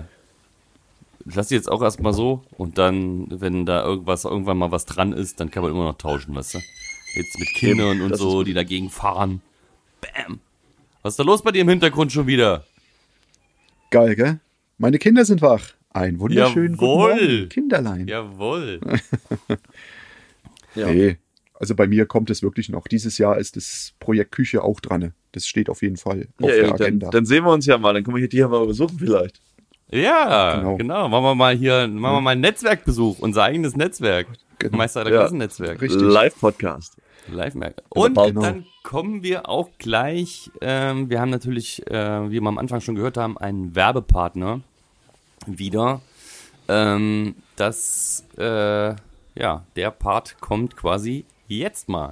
so und dann, wenn da irgendwann mal was dran ist, dann kann man immer noch tauschen, weißt du? Jetzt mit Kindern und so, die dagegen fahren. Bam. Was ist da los bei dir im Hintergrund schon wieder? Geil, gell? Meine Kinder sind wach. Ein wunderschönen guten Morgen, Kinderlein. Jawohl. Ja. Hey, also bei mir kommt es wirklich noch. Dieses Jahr ist das Projekt Küche auch dran. Das steht auf jeden Fall auf der Agenda. Dann sehen wir uns ja mal, dann können wir hier mal besuchen vielleicht. Ja, genau. Machen wir mal einen Netzwerkbesuch, unser eigenes Netzwerk. Genau. Meister der Klassennetzwerk. Richtig. Live-Podcast. Live-Merk. Und dann kommen wir auch gleich, wir haben natürlich, wie wir am Anfang schon gehört haben, einen Werbepartner wieder. Der Part kommt quasi jetzt mal.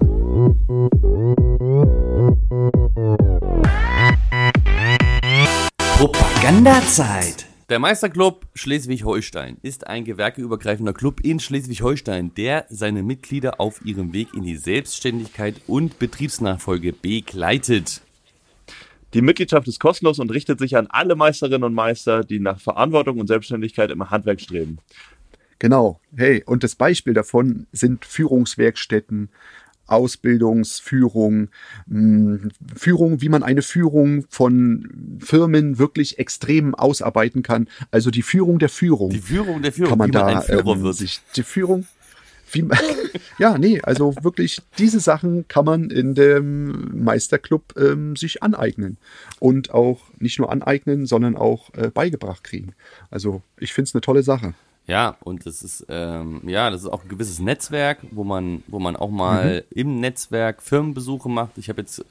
Propagandazeit. Der Meisterclub Schleswig-Holstein ist ein gewerkeübergreifender Club in Schleswig-Holstein, der seine Mitglieder auf ihrem Weg in die Selbstständigkeit und Betriebsnachfolge begleitet. Die Mitgliedschaft ist kostenlos und richtet sich an alle Meisterinnen und Meister, die nach Verantwortung und Selbstständigkeit im Handwerk streben. Genau. Hey, und das Beispiel davon sind Führungswerkstätten, Ausbildungsführung, Führung, wie man eine Führung von Firmen wirklich extrem ausarbeiten kann. Also die Führung der Führung. Die Führung der Führung, kann man wie man da ein Führer wird. sich die Führung, wie man, also wirklich diese Sachen kann man in dem Meisterclub sich aneignen und auch nicht nur aneignen, sondern auch beigebracht kriegen. Also ich finde es eine tolle Sache. Ja, und das ist das ist auch ein gewisses Netzwerk, wo man auch mal im Netzwerk Firmenbesuche macht. Ich habe jetzt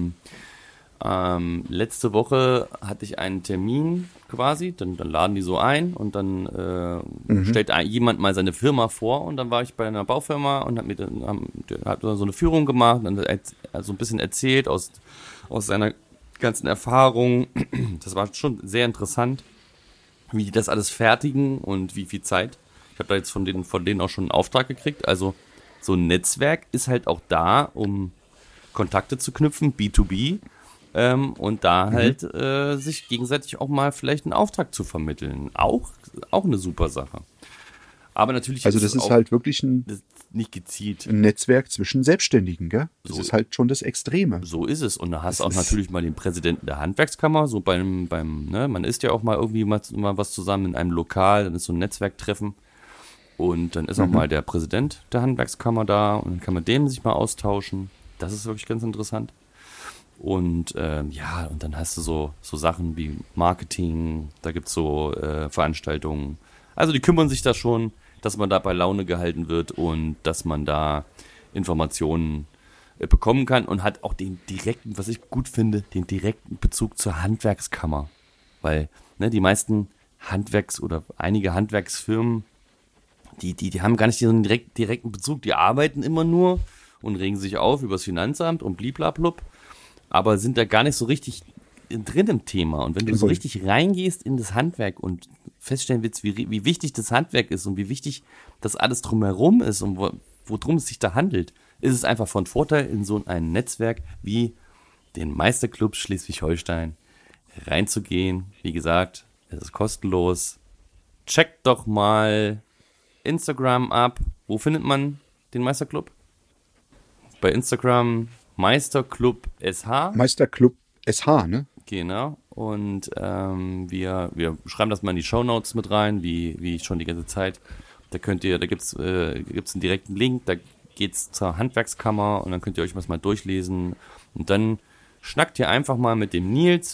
letzte Woche hatte ich einen Termin quasi, dann laden die so ein und dann stellt jemand mal seine Firma vor und dann war ich bei einer Baufirma und hat so eine Führung gemacht und so ein bisschen erzählt aus seiner ganzen Erfahrung. Das war schon sehr interessant, wie die das alles fertigen und wie viel Zeit. Ich habe da jetzt von denen auch schon einen Auftrag gekriegt. Also so ein Netzwerk ist halt auch da, um Kontakte zu knüpfen, B2B, und da halt sich gegenseitig auch mal vielleicht einen Auftrag zu vermitteln. Auch eine super Sache. Aber natürlich also das ist halt wirklich nicht gezielt. Ein Netzwerk zwischen Selbstständigen, gell? Das ist halt schon das Extreme. So ist es. Und da hast du auch natürlich mal den Präsidenten der Handwerkskammer, so man isst ja auch mal irgendwie mal was zusammen in einem Lokal, dann ist so ein Netzwerktreffen. Und dann ist auch mal der Präsident der Handwerkskammer da und dann kann man dem sich mal austauschen. Das ist wirklich ganz interessant. Und und dann hast du so Sachen wie Marketing, da gibt es so Veranstaltungen. Also die kümmern sich da schon, dass man da bei Laune gehalten wird und dass man da Informationen bekommen kann und hat auch den direkten, was ich gut finde, den direkten Bezug zur Handwerkskammer. Weil die meisten oder einige Handwerksfirmen, die haben gar nicht so einen direkten Bezug. Die arbeiten immer nur und regen sich auf über das Finanzamt und bliblablub, aber sind da gar nicht so richtig drin im Thema. Und wenn du so richtig reingehst in das Handwerk und feststellen willst, wie wichtig das Handwerk ist und wie wichtig das alles drumherum ist und worum es sich da handelt, ist es einfach von Vorteil, in so ein Netzwerk wie den Meisterclub Schleswig-Holstein reinzugehen. Wie gesagt, es ist kostenlos. Checkt doch mal Instagram ab. Wo findet man den Meisterclub? Bei Instagram Meisterclub SH. Meisterclub SH, ne? Genau. Und wir schreiben das mal in die Shownotes mit rein, wie schon die ganze Zeit. Da gibt's einen direkten Link, da geht's zur Handwerkskammer und dann könnt ihr euch was mal durchlesen. Und dann schnackt ihr einfach mal mit dem Nils.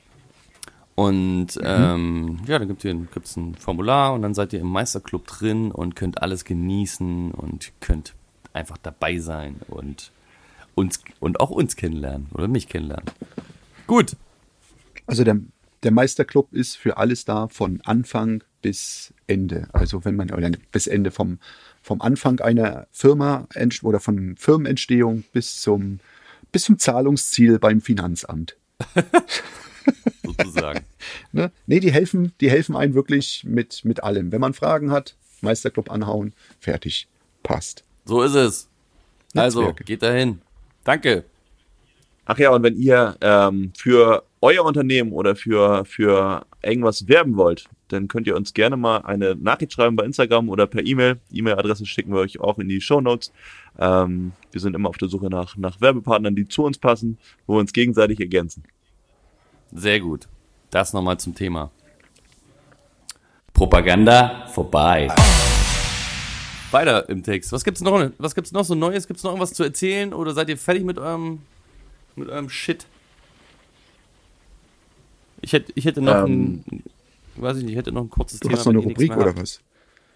Und dann gibt's ein Formular und dann seid ihr im Meisterclub drin und könnt alles genießen und könnt einfach dabei sein und auch uns kennenlernen oder mich kennenlernen. Gut. Also der Meisterclub ist für alles da, von Anfang bis Ende. Also oder bis Ende vom Anfang einer Firma oder von Firmenentstehung bis zum Zahlungsziel beim Finanzamt. Sozusagen. Ne? Nee, die helfen einem wirklich mit allem. Wenn man Fragen hat, Meisterclub anhauen, fertig, passt. So ist es. Also, Netzwerke. geht dahin. Danke. Ach ja, und wenn ihr für euer Unternehmen oder für irgendwas werben wollt, dann könnt ihr uns gerne mal eine Nachricht schreiben bei Instagram oder per E-Mail. E-Mail-Adresse schicken wir euch auch in die Shownotes. Wir sind immer auf der Suche nach Werbepartnern, die zu uns passen, wo wir uns gegenseitig ergänzen. Sehr gut. Das nochmal zum Thema. Propaganda vorbei. Weiter im Text. Was gibt's noch so Neues? Gibt's noch irgendwas zu erzählen? Oder seid ihr fertig mit eurem Shit? Ich hätte noch ich hätte noch ein kurzes Du Thema. hast noch eine wenn ihr nichts Rubrik mehr oder habt. was?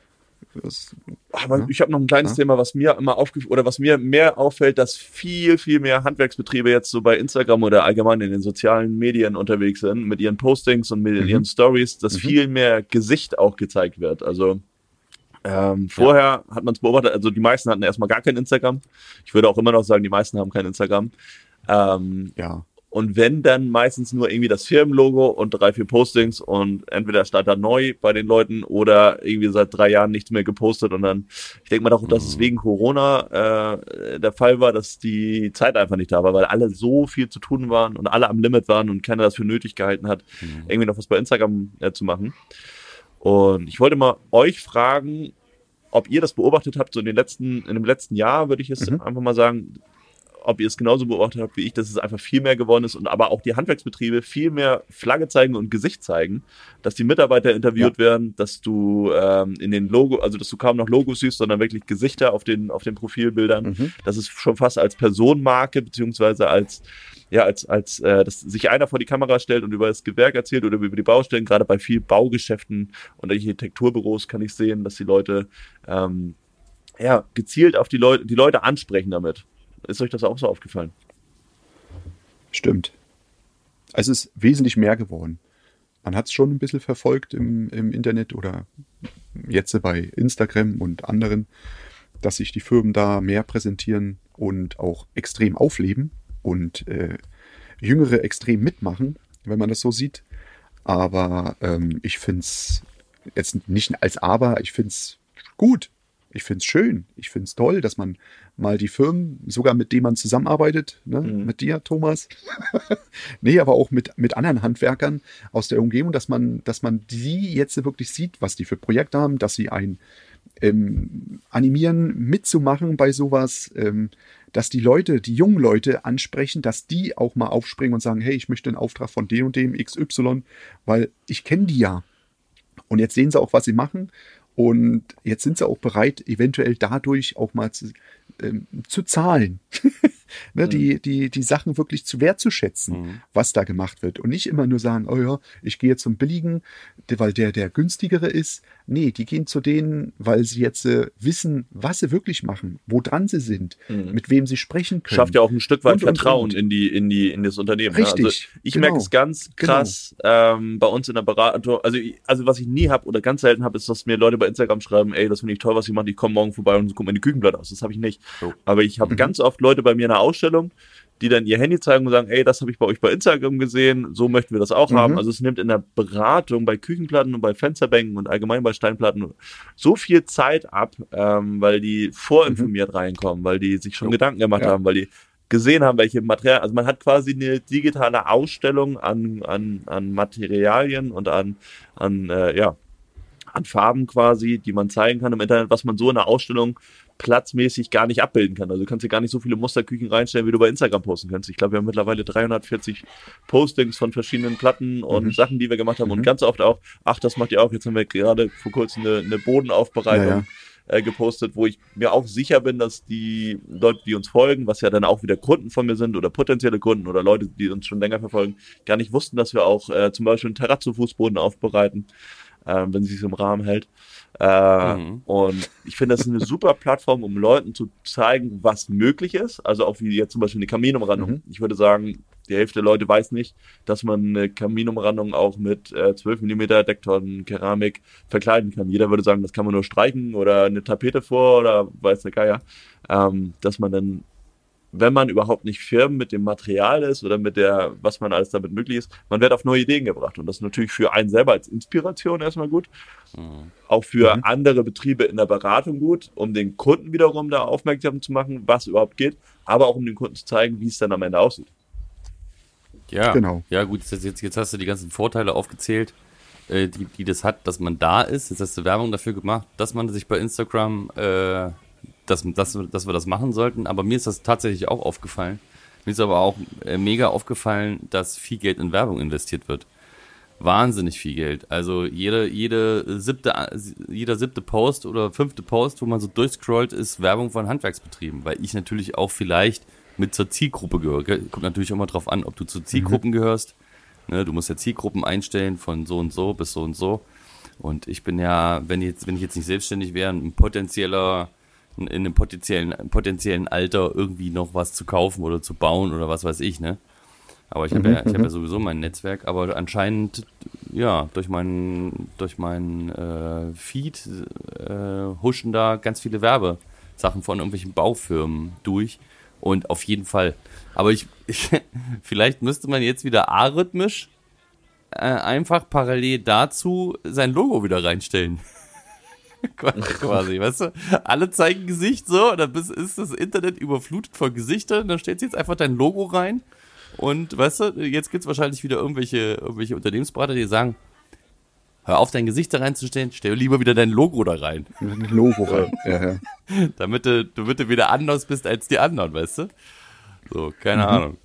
Aber ich habe noch ein kleines Thema, was mir immer was mir mehr auffällt, dass viel, viel mehr Handwerksbetriebe jetzt so bei Instagram oder allgemein in den sozialen Medien unterwegs sind, mit ihren Postings und mit ihren Stories, dass viel mehr Gesicht auch gezeigt wird. Also vorher hat man es beobachtet, also die meisten hatten erstmal gar kein Instagram. Ich würde auch immer noch sagen, die meisten haben kein Instagram. Ja. Und wenn, dann meistens nur irgendwie das Firmenlogo und 3, 4 Postings und entweder stand da neu bei den Leuten oder irgendwie seit 3 Jahren nichts mehr gepostet und dann, ich denke mal auch, dass es wegen Corona der Fall war, dass die Zeit einfach nicht da war, weil alle so viel zu tun waren und alle am Limit waren und keiner das für nötig gehalten hat, irgendwie noch was bei Instagram zu machen. Und ich wollte mal euch fragen, ob ihr das beobachtet habt, so in dem letzten Jahr, würde ich jetzt einfach mal sagen, ob ihr es genauso beobachtet habt wie ich, dass es einfach viel mehr geworden ist und aber auch die Handwerksbetriebe viel mehr Flagge zeigen und Gesicht zeigen, dass die Mitarbeiter interviewt werden, dass du in den also dass du kaum noch Logos siehst, sondern wirklich Gesichter auf den Profilbildern, dass es schon fast als Personenmarke beziehungsweise als dass sich einer vor die Kamera stellt und über das Gewerk erzählt oder über die Baustellen, gerade bei vielen Baugeschäften und Architekturbüros kann ich sehen, dass die Leute gezielt auf die Leute ansprechen damit. Ist euch das auch so aufgefallen? Stimmt. Also es ist wesentlich mehr geworden. Man hat es schon ein bisschen verfolgt im Internet oder jetzt bei Instagram und anderen, dass sich die Firmen da mehr präsentieren und auch extrem aufleben und Jüngere extrem mitmachen, wenn man das so sieht. Aber ich finde es jetzt nicht als Aber, ich finde es gut. Ich finde es schön, ich finde es toll, dass man mal die Firmen, sogar mit denen man zusammenarbeitet, ne, mit dir, Thomas, nee, aber auch mit anderen Handwerkern aus der Umgebung, dass man die jetzt wirklich sieht, was die für Projekte haben, dass sie einen animieren, mitzumachen bei sowas, dass die jungen Leute ansprechen, dass die auch mal aufspringen und sagen, hey, ich möchte einen Auftrag von dem und dem XY, weil ich kenne die ja. Und jetzt sehen sie auch, was sie machen. Und jetzt sind sie auch bereit, eventuell dadurch auch mal zu zahlen. Ne, die Sachen wirklich wertzuschätzen, was da gemacht wird. Und nicht immer nur sagen, oh ja, ich gehe zum Billigen, weil der günstigere ist. Nee, die gehen zu denen, weil sie jetzt wissen, was sie wirklich machen, wo dran sie sind, mit wem sie sprechen können. Schafft ja auch ein Stück weit Vertrauen in das Unternehmen. Richtig. Ne? Also ich merke es ganz krass bei uns in der Beratung. Also was ich nie habe oder ganz selten habe, ist, dass mir Leute bei Instagram schreiben, ey, das finde ich toll, was sie machen, ich komme morgen vorbei und gucke mir die Küchenblatt aus. Das habe ich nicht. Oh. Aber ich habe ganz oft Leute bei mir in der Ausstellung, die dann ihr Handy zeigen und sagen, ey, das habe ich bei euch bei Instagram gesehen, so möchten wir das auch haben. Also es nimmt in der Beratung bei Küchenplatten und bei Fensterbänken und allgemein bei Steinplatten so viel Zeit ab, weil die vorinformiert reinkommen, weil die sich schon Gedanken gemacht haben, weil die gesehen haben, welche Materialien, also man hat quasi eine digitale Ausstellung an Materialien und an Farben quasi, die man zeigen kann im Internet, was man so in einer Ausstellung platzmäßig gar nicht abbilden kann. Also du kannst dir gar nicht so viele Musterküchen reinstellen, wie du bei Instagram posten kannst. Ich glaube, wir haben mittlerweile 340 Postings von verschiedenen Platten und Sachen, die wir gemacht haben und ganz oft auch, das macht ihr auch, jetzt haben wir gerade vor kurzem eine Bodenaufbereitung gepostet, wo ich mir auch sicher bin, dass die Leute, die uns folgen, was ja dann auch wieder Kunden von mir sind oder potenzielle Kunden oder Leute, die uns schon länger verfolgen, gar nicht wussten, dass wir auch zum Beispiel einen Terrazzo-Fußboden aufbereiten, wenn es sich im Rahmen hält. Und ich finde, das ist eine super Plattform, um Leuten zu zeigen, was möglich ist. Also auch wie jetzt zum Beispiel eine Kaminumrandung. Ich würde sagen, die Hälfte der Leute weiß nicht, dass man eine Kaminumrandung auch mit 12 mm Decktonnen Keramik verkleiden kann. Jeder würde sagen, das kann man nur streichen oder eine Tapete vor oder weiß der Geier. Dass man dann, wenn man überhaupt nicht firm mit dem Material ist oder mit was man alles damit möglich ist, man wird auf neue Ideen gebracht. Und das ist natürlich für einen selber als Inspiration erstmal gut. Auch für andere Betriebe in der Beratung gut, um den Kunden wiederum da aufmerksam zu machen, was überhaupt geht, aber auch um den Kunden zu zeigen, wie es dann am Ende aussieht. Ja, Genau. Ja, gut, jetzt hast du die ganzen Vorteile aufgezählt, die das hat, dass man da ist. Jetzt hast du Werbung dafür gemacht, dass man sich bei Instagram dass wir das machen sollten, aber mir ist das tatsächlich auch aufgefallen. Mir ist aber auch mega aufgefallen, dass viel Geld in Werbung investiert wird. Wahnsinnig viel Geld. Also jeder siebte Post oder 5. Post, wo man so durchscrollt, ist Werbung von Handwerksbetrieben, weil ich natürlich auch vielleicht mit zur Zielgruppe gehöre. Kommt natürlich immer drauf an, ob du zu Zielgruppen gehörst. Ne, du musst ja Zielgruppen einstellen von so und so bis so und so. Und ich bin ja, wenn ich jetzt nicht selbstständig wäre, in einem potenziellen Alter irgendwie noch was zu kaufen oder zu bauen oder was weiß ich, ne? Aber ich habe ja sowieso mein Netzwerk, aber anscheinend, ja, durch mein Feed huschen da ganz viele Werbesachen von irgendwelchen Baufirmen durch und auf jeden Fall. Aber vielleicht müsste man jetzt wieder arrhythmisch einfach parallel dazu sein Logo wieder reinstellen. Quasi, weißt du? Alle zeigen Gesicht so, und dann ist das Internet überflutet von Gesichtern, dann stellst du jetzt einfach dein Logo rein und, weißt du, jetzt gibt's wahrscheinlich wieder irgendwelche Unternehmensberater, die sagen, hör auf, dein Gesicht da reinzustellen, stell lieber wieder dein Logo da rein. Ein Logo rein, ja. Damit du wieder anders bist als die anderen, weißt du? So, keine Ahnung.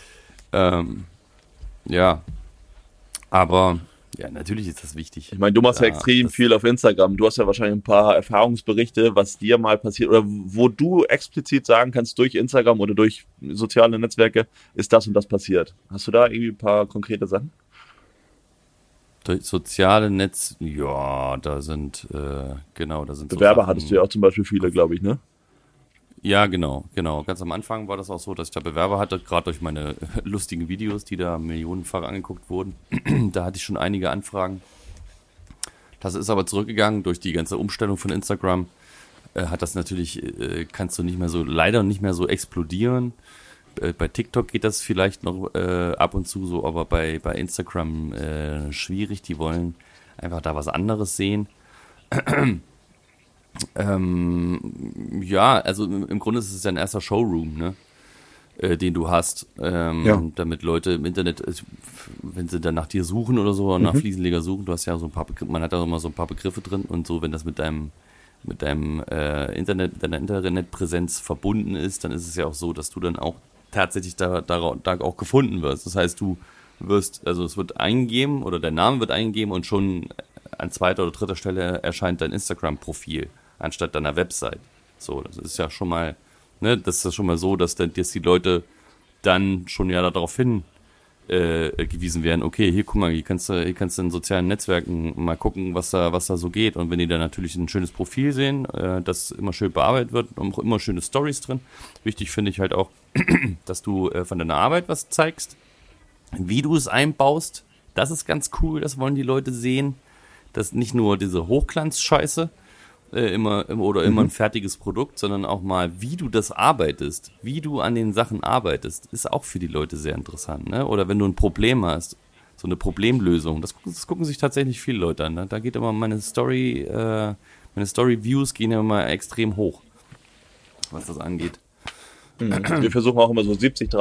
Ja, aber ja, natürlich ist das wichtig. Ich meine, du machst ja extrem viel auf Instagram. Du hast ja wahrscheinlich ein paar Erfahrungsberichte, was dir mal passiert oder wo du explizit sagen kannst, durch Instagram oder durch soziale Netzwerke ist das und das passiert. Hast du da irgendwie ein paar konkrete Sachen? Durch soziale Netz, ja, da sind Bewerber hattest du ja auch zum Beispiel viele, glaube ich, ne? Ja, genau. Ganz am Anfang war das auch so, dass ich da Bewerber hatte, gerade durch meine lustigen Videos, die da millionenfach angeguckt wurden. Da hatte ich schon einige Anfragen. Das ist aber zurückgegangen durch die ganze Umstellung von Instagram. Hat das natürlich, kannst du leider nicht mehr so explodieren. Bei TikTok geht das vielleicht noch ab und zu so, aber bei Instagram schwierig. Die wollen einfach da was anderes sehen. Ja, also im Grunde ist es dein erster Showroom, ne? Den du hast, damit Leute im Internet, wenn sie dann nach dir suchen oder so, nach Fliesenleger suchen, du hast ja so ein paar Begriffe, man hat da immer so ein paar Begriffe drin und so, wenn das mit deinem Internet, deiner Internetpräsenz verbunden ist, dann ist es ja auch so, dass du dann auch tatsächlich da auch gefunden wirst. Das heißt, es wird eingegeben oder dein Name wird eingegeben und schon an 2. oder 3. Stelle erscheint dein Instagram-Profil anstatt deiner Website. So, das ist ja schon mal Ne, das ist ja schon mal so, dass die Leute dann schon ja darauf hingewiesen werden, okay, hier guck mal, hier kannst du in sozialen Netzwerken mal gucken, was da so geht. Und wenn die dann natürlich ein schönes Profil sehen, das immer schön bearbeitet wird und auch immer schöne Stories drin. Wichtig finde ich halt auch, dass du von deiner Arbeit was zeigst, wie du es einbaust. Das ist ganz cool, das wollen die Leute sehen. Dass nicht nur diese Hochglanzscheiße immer ein fertiges Produkt, sondern auch mal, wie du das arbeitest, wie du an den Sachen arbeitest, ist auch für die Leute sehr interessant. Ne? Oder wenn du ein Problem hast, so eine Problemlösung, das gucken sich tatsächlich viele Leute an. Ne? Da geht immer meine Story-Views gehen ja immer extrem hoch, was das angeht. Wir versuchen auch immer so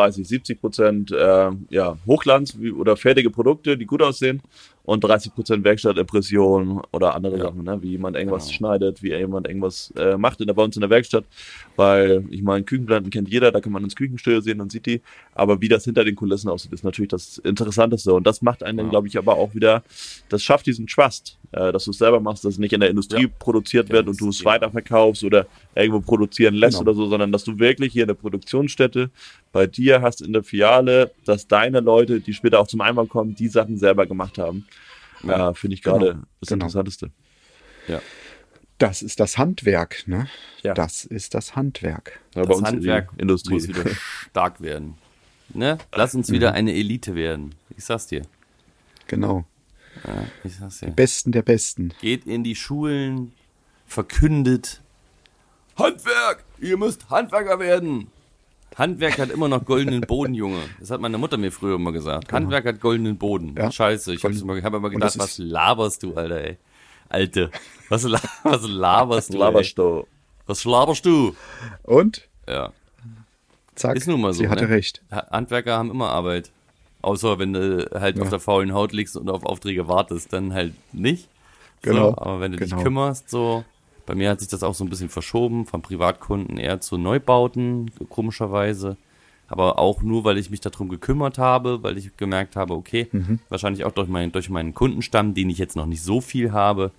70% Hochglanz oder fertige Produkte, die gut aussehen, und 30% Werkstattimpression oder andere Sachen, ne? Wie jemand irgendwas schneidet, wie jemand irgendwas macht bei uns in der Werkstatt, weil ich meine, Küchenplatten kennt jeder, da kann man ins Küchenstudio sehen und sieht die, aber wie das hinter den Kulissen aussieht, ist natürlich das Interessanteste, und das macht einen dann, glaube ich, aber auch wieder, das schafft diesen Trust, dass du es selber machst, dass es nicht in der Industrie produziert wird und du es weiterverkaufst oder irgendwo produzieren lässt oder so, sondern dass du wirklich hier eine Produktionsstätte bei dir hast in der Filiale, dass deine Leute, die später auch zum Eimer kommen, die Sachen selber gemacht haben. Ja, finde ich gerade das Interessanteste. Ja. Das ist das Handwerk, ne? Ja. Das ist das Handwerk. Ja, bei Das uns Handwerk Industrie muss wieder stark werden. Ne? Lass uns wieder eine Elite werden. Ich sag's dir. Genau. Ja, ich sag's dir. Die Besten der Besten. Geht in die Schulen, verkündet: Handwerk! Ihr müsst Handwerker werden! Handwerk hat immer noch goldenen Boden, Junge. Das hat meine Mutter mir früher immer gesagt. Handwerk hat goldenen Boden. Ja. Scheiße, ich habe immer gedacht, das was laberst du, Alter, ey? Alte, was laberst du, Laberst du. Was laberst du? Und? Ja, Zack, ist nun mal so. sie hatte ne? recht. Handwerker haben immer Arbeit. Außer wenn du halt auf der faulen Haut liegst und auf Aufträge wartest, dann halt nicht. Genau. So, aber wenn du dich kümmerst, so. Bei mir hat sich das auch so ein bisschen verschoben, von Privatkunden eher zu Neubauten, komischerweise. Aber auch nur, weil ich mich darum gekümmert habe, weil ich gemerkt habe, okay, wahrscheinlich auch durch meinen Kundenstamm, den ich jetzt noch nicht so viel habe,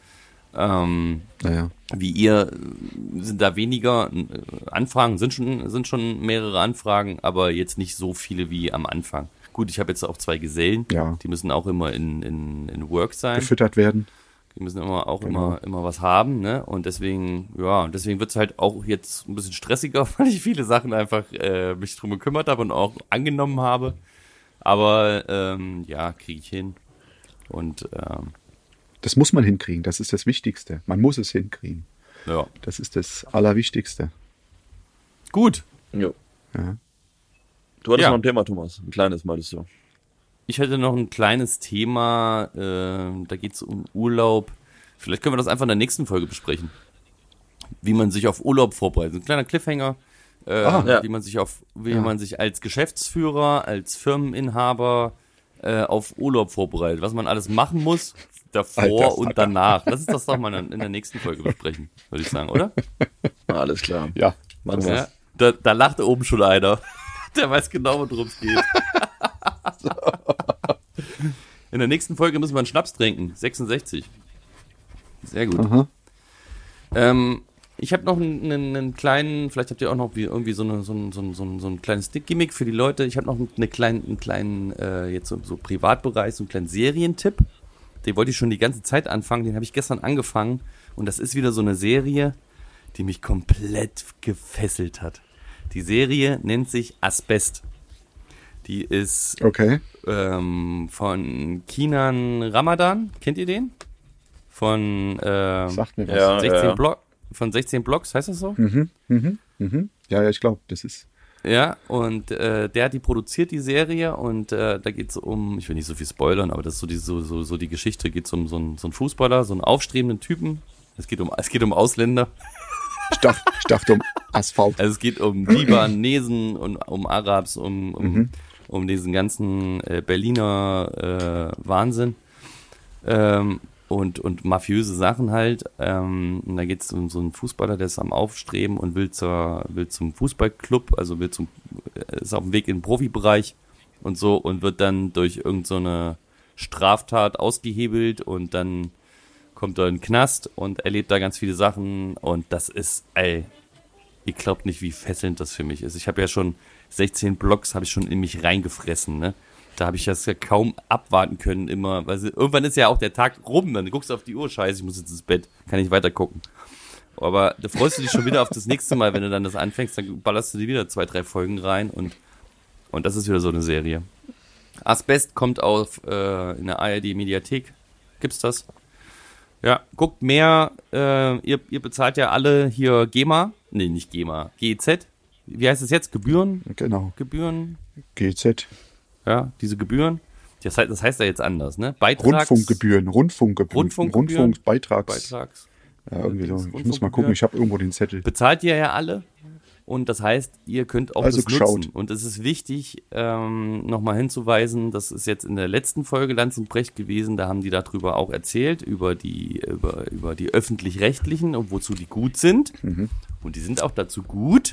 wie ihr, sind da weniger Anfragen, sind schon mehrere Anfragen, aber jetzt nicht so viele wie am Anfang. Gut, ich habe jetzt auch 2 Gesellen, die müssen auch immer in Work sein. Gefüttert werden. Die müssen immer was haben, ne? Und deswegen wird es halt auch jetzt ein bisschen stressiger, weil ich viele Sachen einfach mich drum gekümmert habe und auch angenommen habe. Aber kriege ich hin. Und das muss man hinkriegen, das ist das Wichtigste. Man muss es hinkriegen. ja. Das ist das Allerwichtigste. Gut. Jo. Ja. Du hattest Ja. noch ein Thema, Thomas. Ein kleines, meintest du. Ich hätte noch ein kleines Thema, da geht es um Urlaub. Vielleicht können wir das einfach in der nächsten Folge besprechen. Wie man sich auf Urlaub vorbereitet. Ein kleiner Cliffhanger, wie man sich als Geschäftsführer, als Firmeninhaber auf Urlaub vorbereitet. Was man alles machen muss, davor und danach. Lass uns das doch mal in der nächsten Folge besprechen, würde ich sagen, oder? Alles klar. Ja. Machen Ja, da lacht oben schon einer. Der weiß genau, worum es geht. In der nächsten Folge müssen wir einen Schnaps trinken. 66. Sehr gut. Ich habe noch einen kleinen, vielleicht habt ihr auch noch irgendwie so ein kleines Gimmick für die Leute. Ich habe noch einen kleinen jetzt so Privatbereich, so einen kleinen Serientipp. Den wollte ich schon die ganze Zeit anfangen. Den habe ich gestern angefangen. Und das ist wieder so eine Serie, die mich komplett gefesselt hat. Die Serie nennt sich Asbest. Die ist von Kinan Ramadan. Kennt ihr den? Von Sagt mir was. Von 16 Blocks, heißt das so? Ja, ich glaube, das ist. Ja, und der hat die produziert, die Serie, und da geht es um, ich will nicht so viel spoilern, aber das ist so die Geschichte, geht es um so einen Fußballer, so einen aufstrebenden Typen. Es geht um Ausländer. Ich dachte um Asphalt. Also es geht um Libanesen und um Arabs, um diesen ganzen Berliner Wahnsinn und mafiöse Sachen halt. Und da geht es um so einen Fußballer, der ist am Aufstreben und will zum Fußballclub, also ist auf dem Weg in den Profibereich und so, und wird dann durch irgend so eine Straftat ausgehebelt, und dann kommt er in den Knast und erlebt da ganz viele Sachen, und das ist, Ihr glaubt nicht, wie fesselnd das für mich ist. Ich habe ja schon 16 Blogs habe ich schon in mich reingefressen, ne? Da habe ich das ja kaum abwarten können immer, weil irgendwann ist ja auch der Tag rum, dann guckst du auf die Uhr, scheiße, ich muss jetzt ins Bett, kann nicht weiter gucken. Aber da freust du dich schon wieder auf das nächste Mal, wenn du dann das anfängst, dann ballerst du dir wieder 2, 3 Folgen rein und das ist wieder so eine Serie. Asbest kommt in der ARD-Mediathek, gibt's das? Ja, guckt mehr, ihr bezahlt ja alle hier GEMA, nee, nicht GEMA, GEZ, wie heißt es jetzt, Gebühren? Genau. Gebühren? GZ. Ja, diese Gebühren. Das heißt ja jetzt anders, ne? Rundfunkgebühren. Rundfunkbeitrags. Beitrags. Ja, irgendwie so. Ich muss mal gucken, ich habe irgendwo den Zettel. Bezahlt ihr ja alle. Und das heißt, ihr könnt auch also das nutzen. Und es ist wichtig, nochmal hinzuweisen, das ist jetzt in der letzten Folge Lanz und Brecht gewesen, da haben die darüber auch erzählt, über die Öffentlich-Rechtlichen und wozu die gut sind. Mhm. Und die sind auch dazu gut.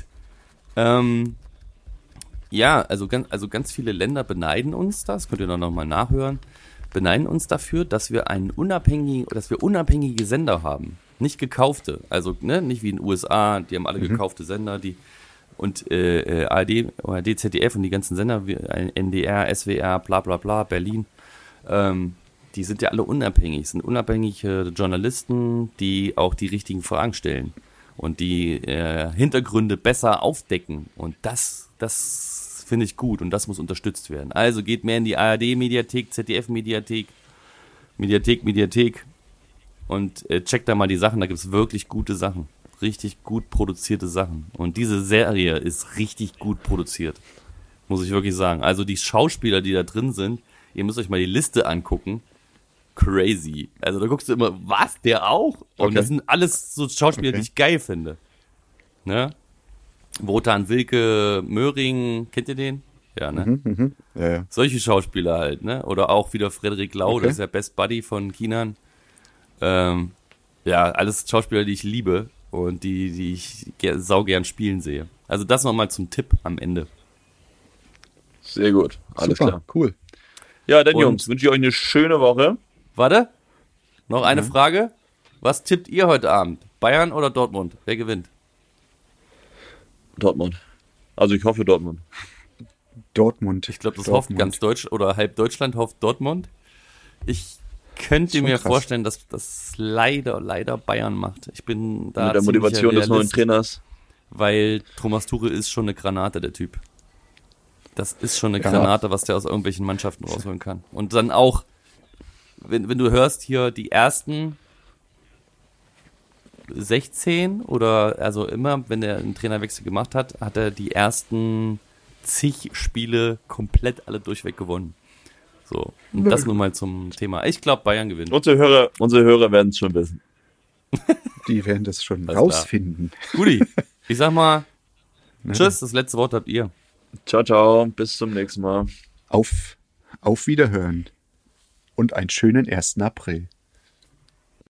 Ja, also ganz viele Länder beneiden uns das, könnt ihr noch mal nachhören, beneiden uns dafür, dass wir unabhängige Sender haben. Nicht gekaufte, also ne, nicht wie in den USA, die haben alle gekaufte Sender, und ARD, ZDF und die ganzen Sender, wie NDR, SWR, bla bla bla, Berlin, die sind ja alle unabhängig, sind unabhängige Journalisten, die auch die richtigen Fragen stellen und die Hintergründe besser aufdecken. Und das finde ich gut und das muss unterstützt werden. Also geht mehr in die ARD-Mediathek, ZDF-Mediathek, Mediathek und checkt da mal die Sachen, da gibt es wirklich gute Sachen. Richtig gut produzierte Sachen. Und diese Serie ist richtig gut produziert. Muss ich wirklich sagen. Also die Schauspieler, die da drin sind, ihr müsst euch mal die Liste angucken. Crazy. Also da guckst du immer, was, der auch? Und das sind alles so Schauspieler, die ich geil finde. Ne? Wotan Wilke Möhring, kennt ihr den? Ja, ne? Ja. Solche Schauspieler halt, ne? Oder auch wieder Frederik Lau, das ist der Best Buddy von Kinan. Ja, alles Schauspieler, die ich liebe und die ich saugern spielen sehe. Also das nochmal zum Tipp am Ende. Sehr gut, alles Super, klar. Cool. Ja, dann Jungs, wünsche ich euch eine schöne Woche. Warte, noch eine Frage. Was tippt ihr heute Abend? Bayern oder Dortmund? Wer gewinnt? Dortmund. Also ich hoffe Dortmund. Dortmund. Ich glaube, das hofft ganz Deutsch oder halb Deutschland hofft Dortmund. Ich könnte mir vorstellen, dass das leider Bayern macht. Ich bin da mit der Motivation des neuen Trainers. Weil Thomas Tuchel ist schon eine Granate, der Typ. Das ist schon eine Granate, was der aus irgendwelchen Mannschaften rausholen kann. Und dann auch, wenn du hörst hier die ersten 16 oder also immer, wenn er einen Trainerwechsel gemacht hat, hat er die ersten zig Spiele komplett alle durchweg gewonnen. So, und das nur mal zum Thema. Ich glaube, Bayern gewinnt. Unsere Hörer werden es schon wissen. Die werden das schon Alles rausfinden. Guti, ich sag mal, tschüss, das letzte Wort habt ihr. Ciao, ciao, bis zum nächsten Mal. Auf Wiederhören und einen schönen 1. April.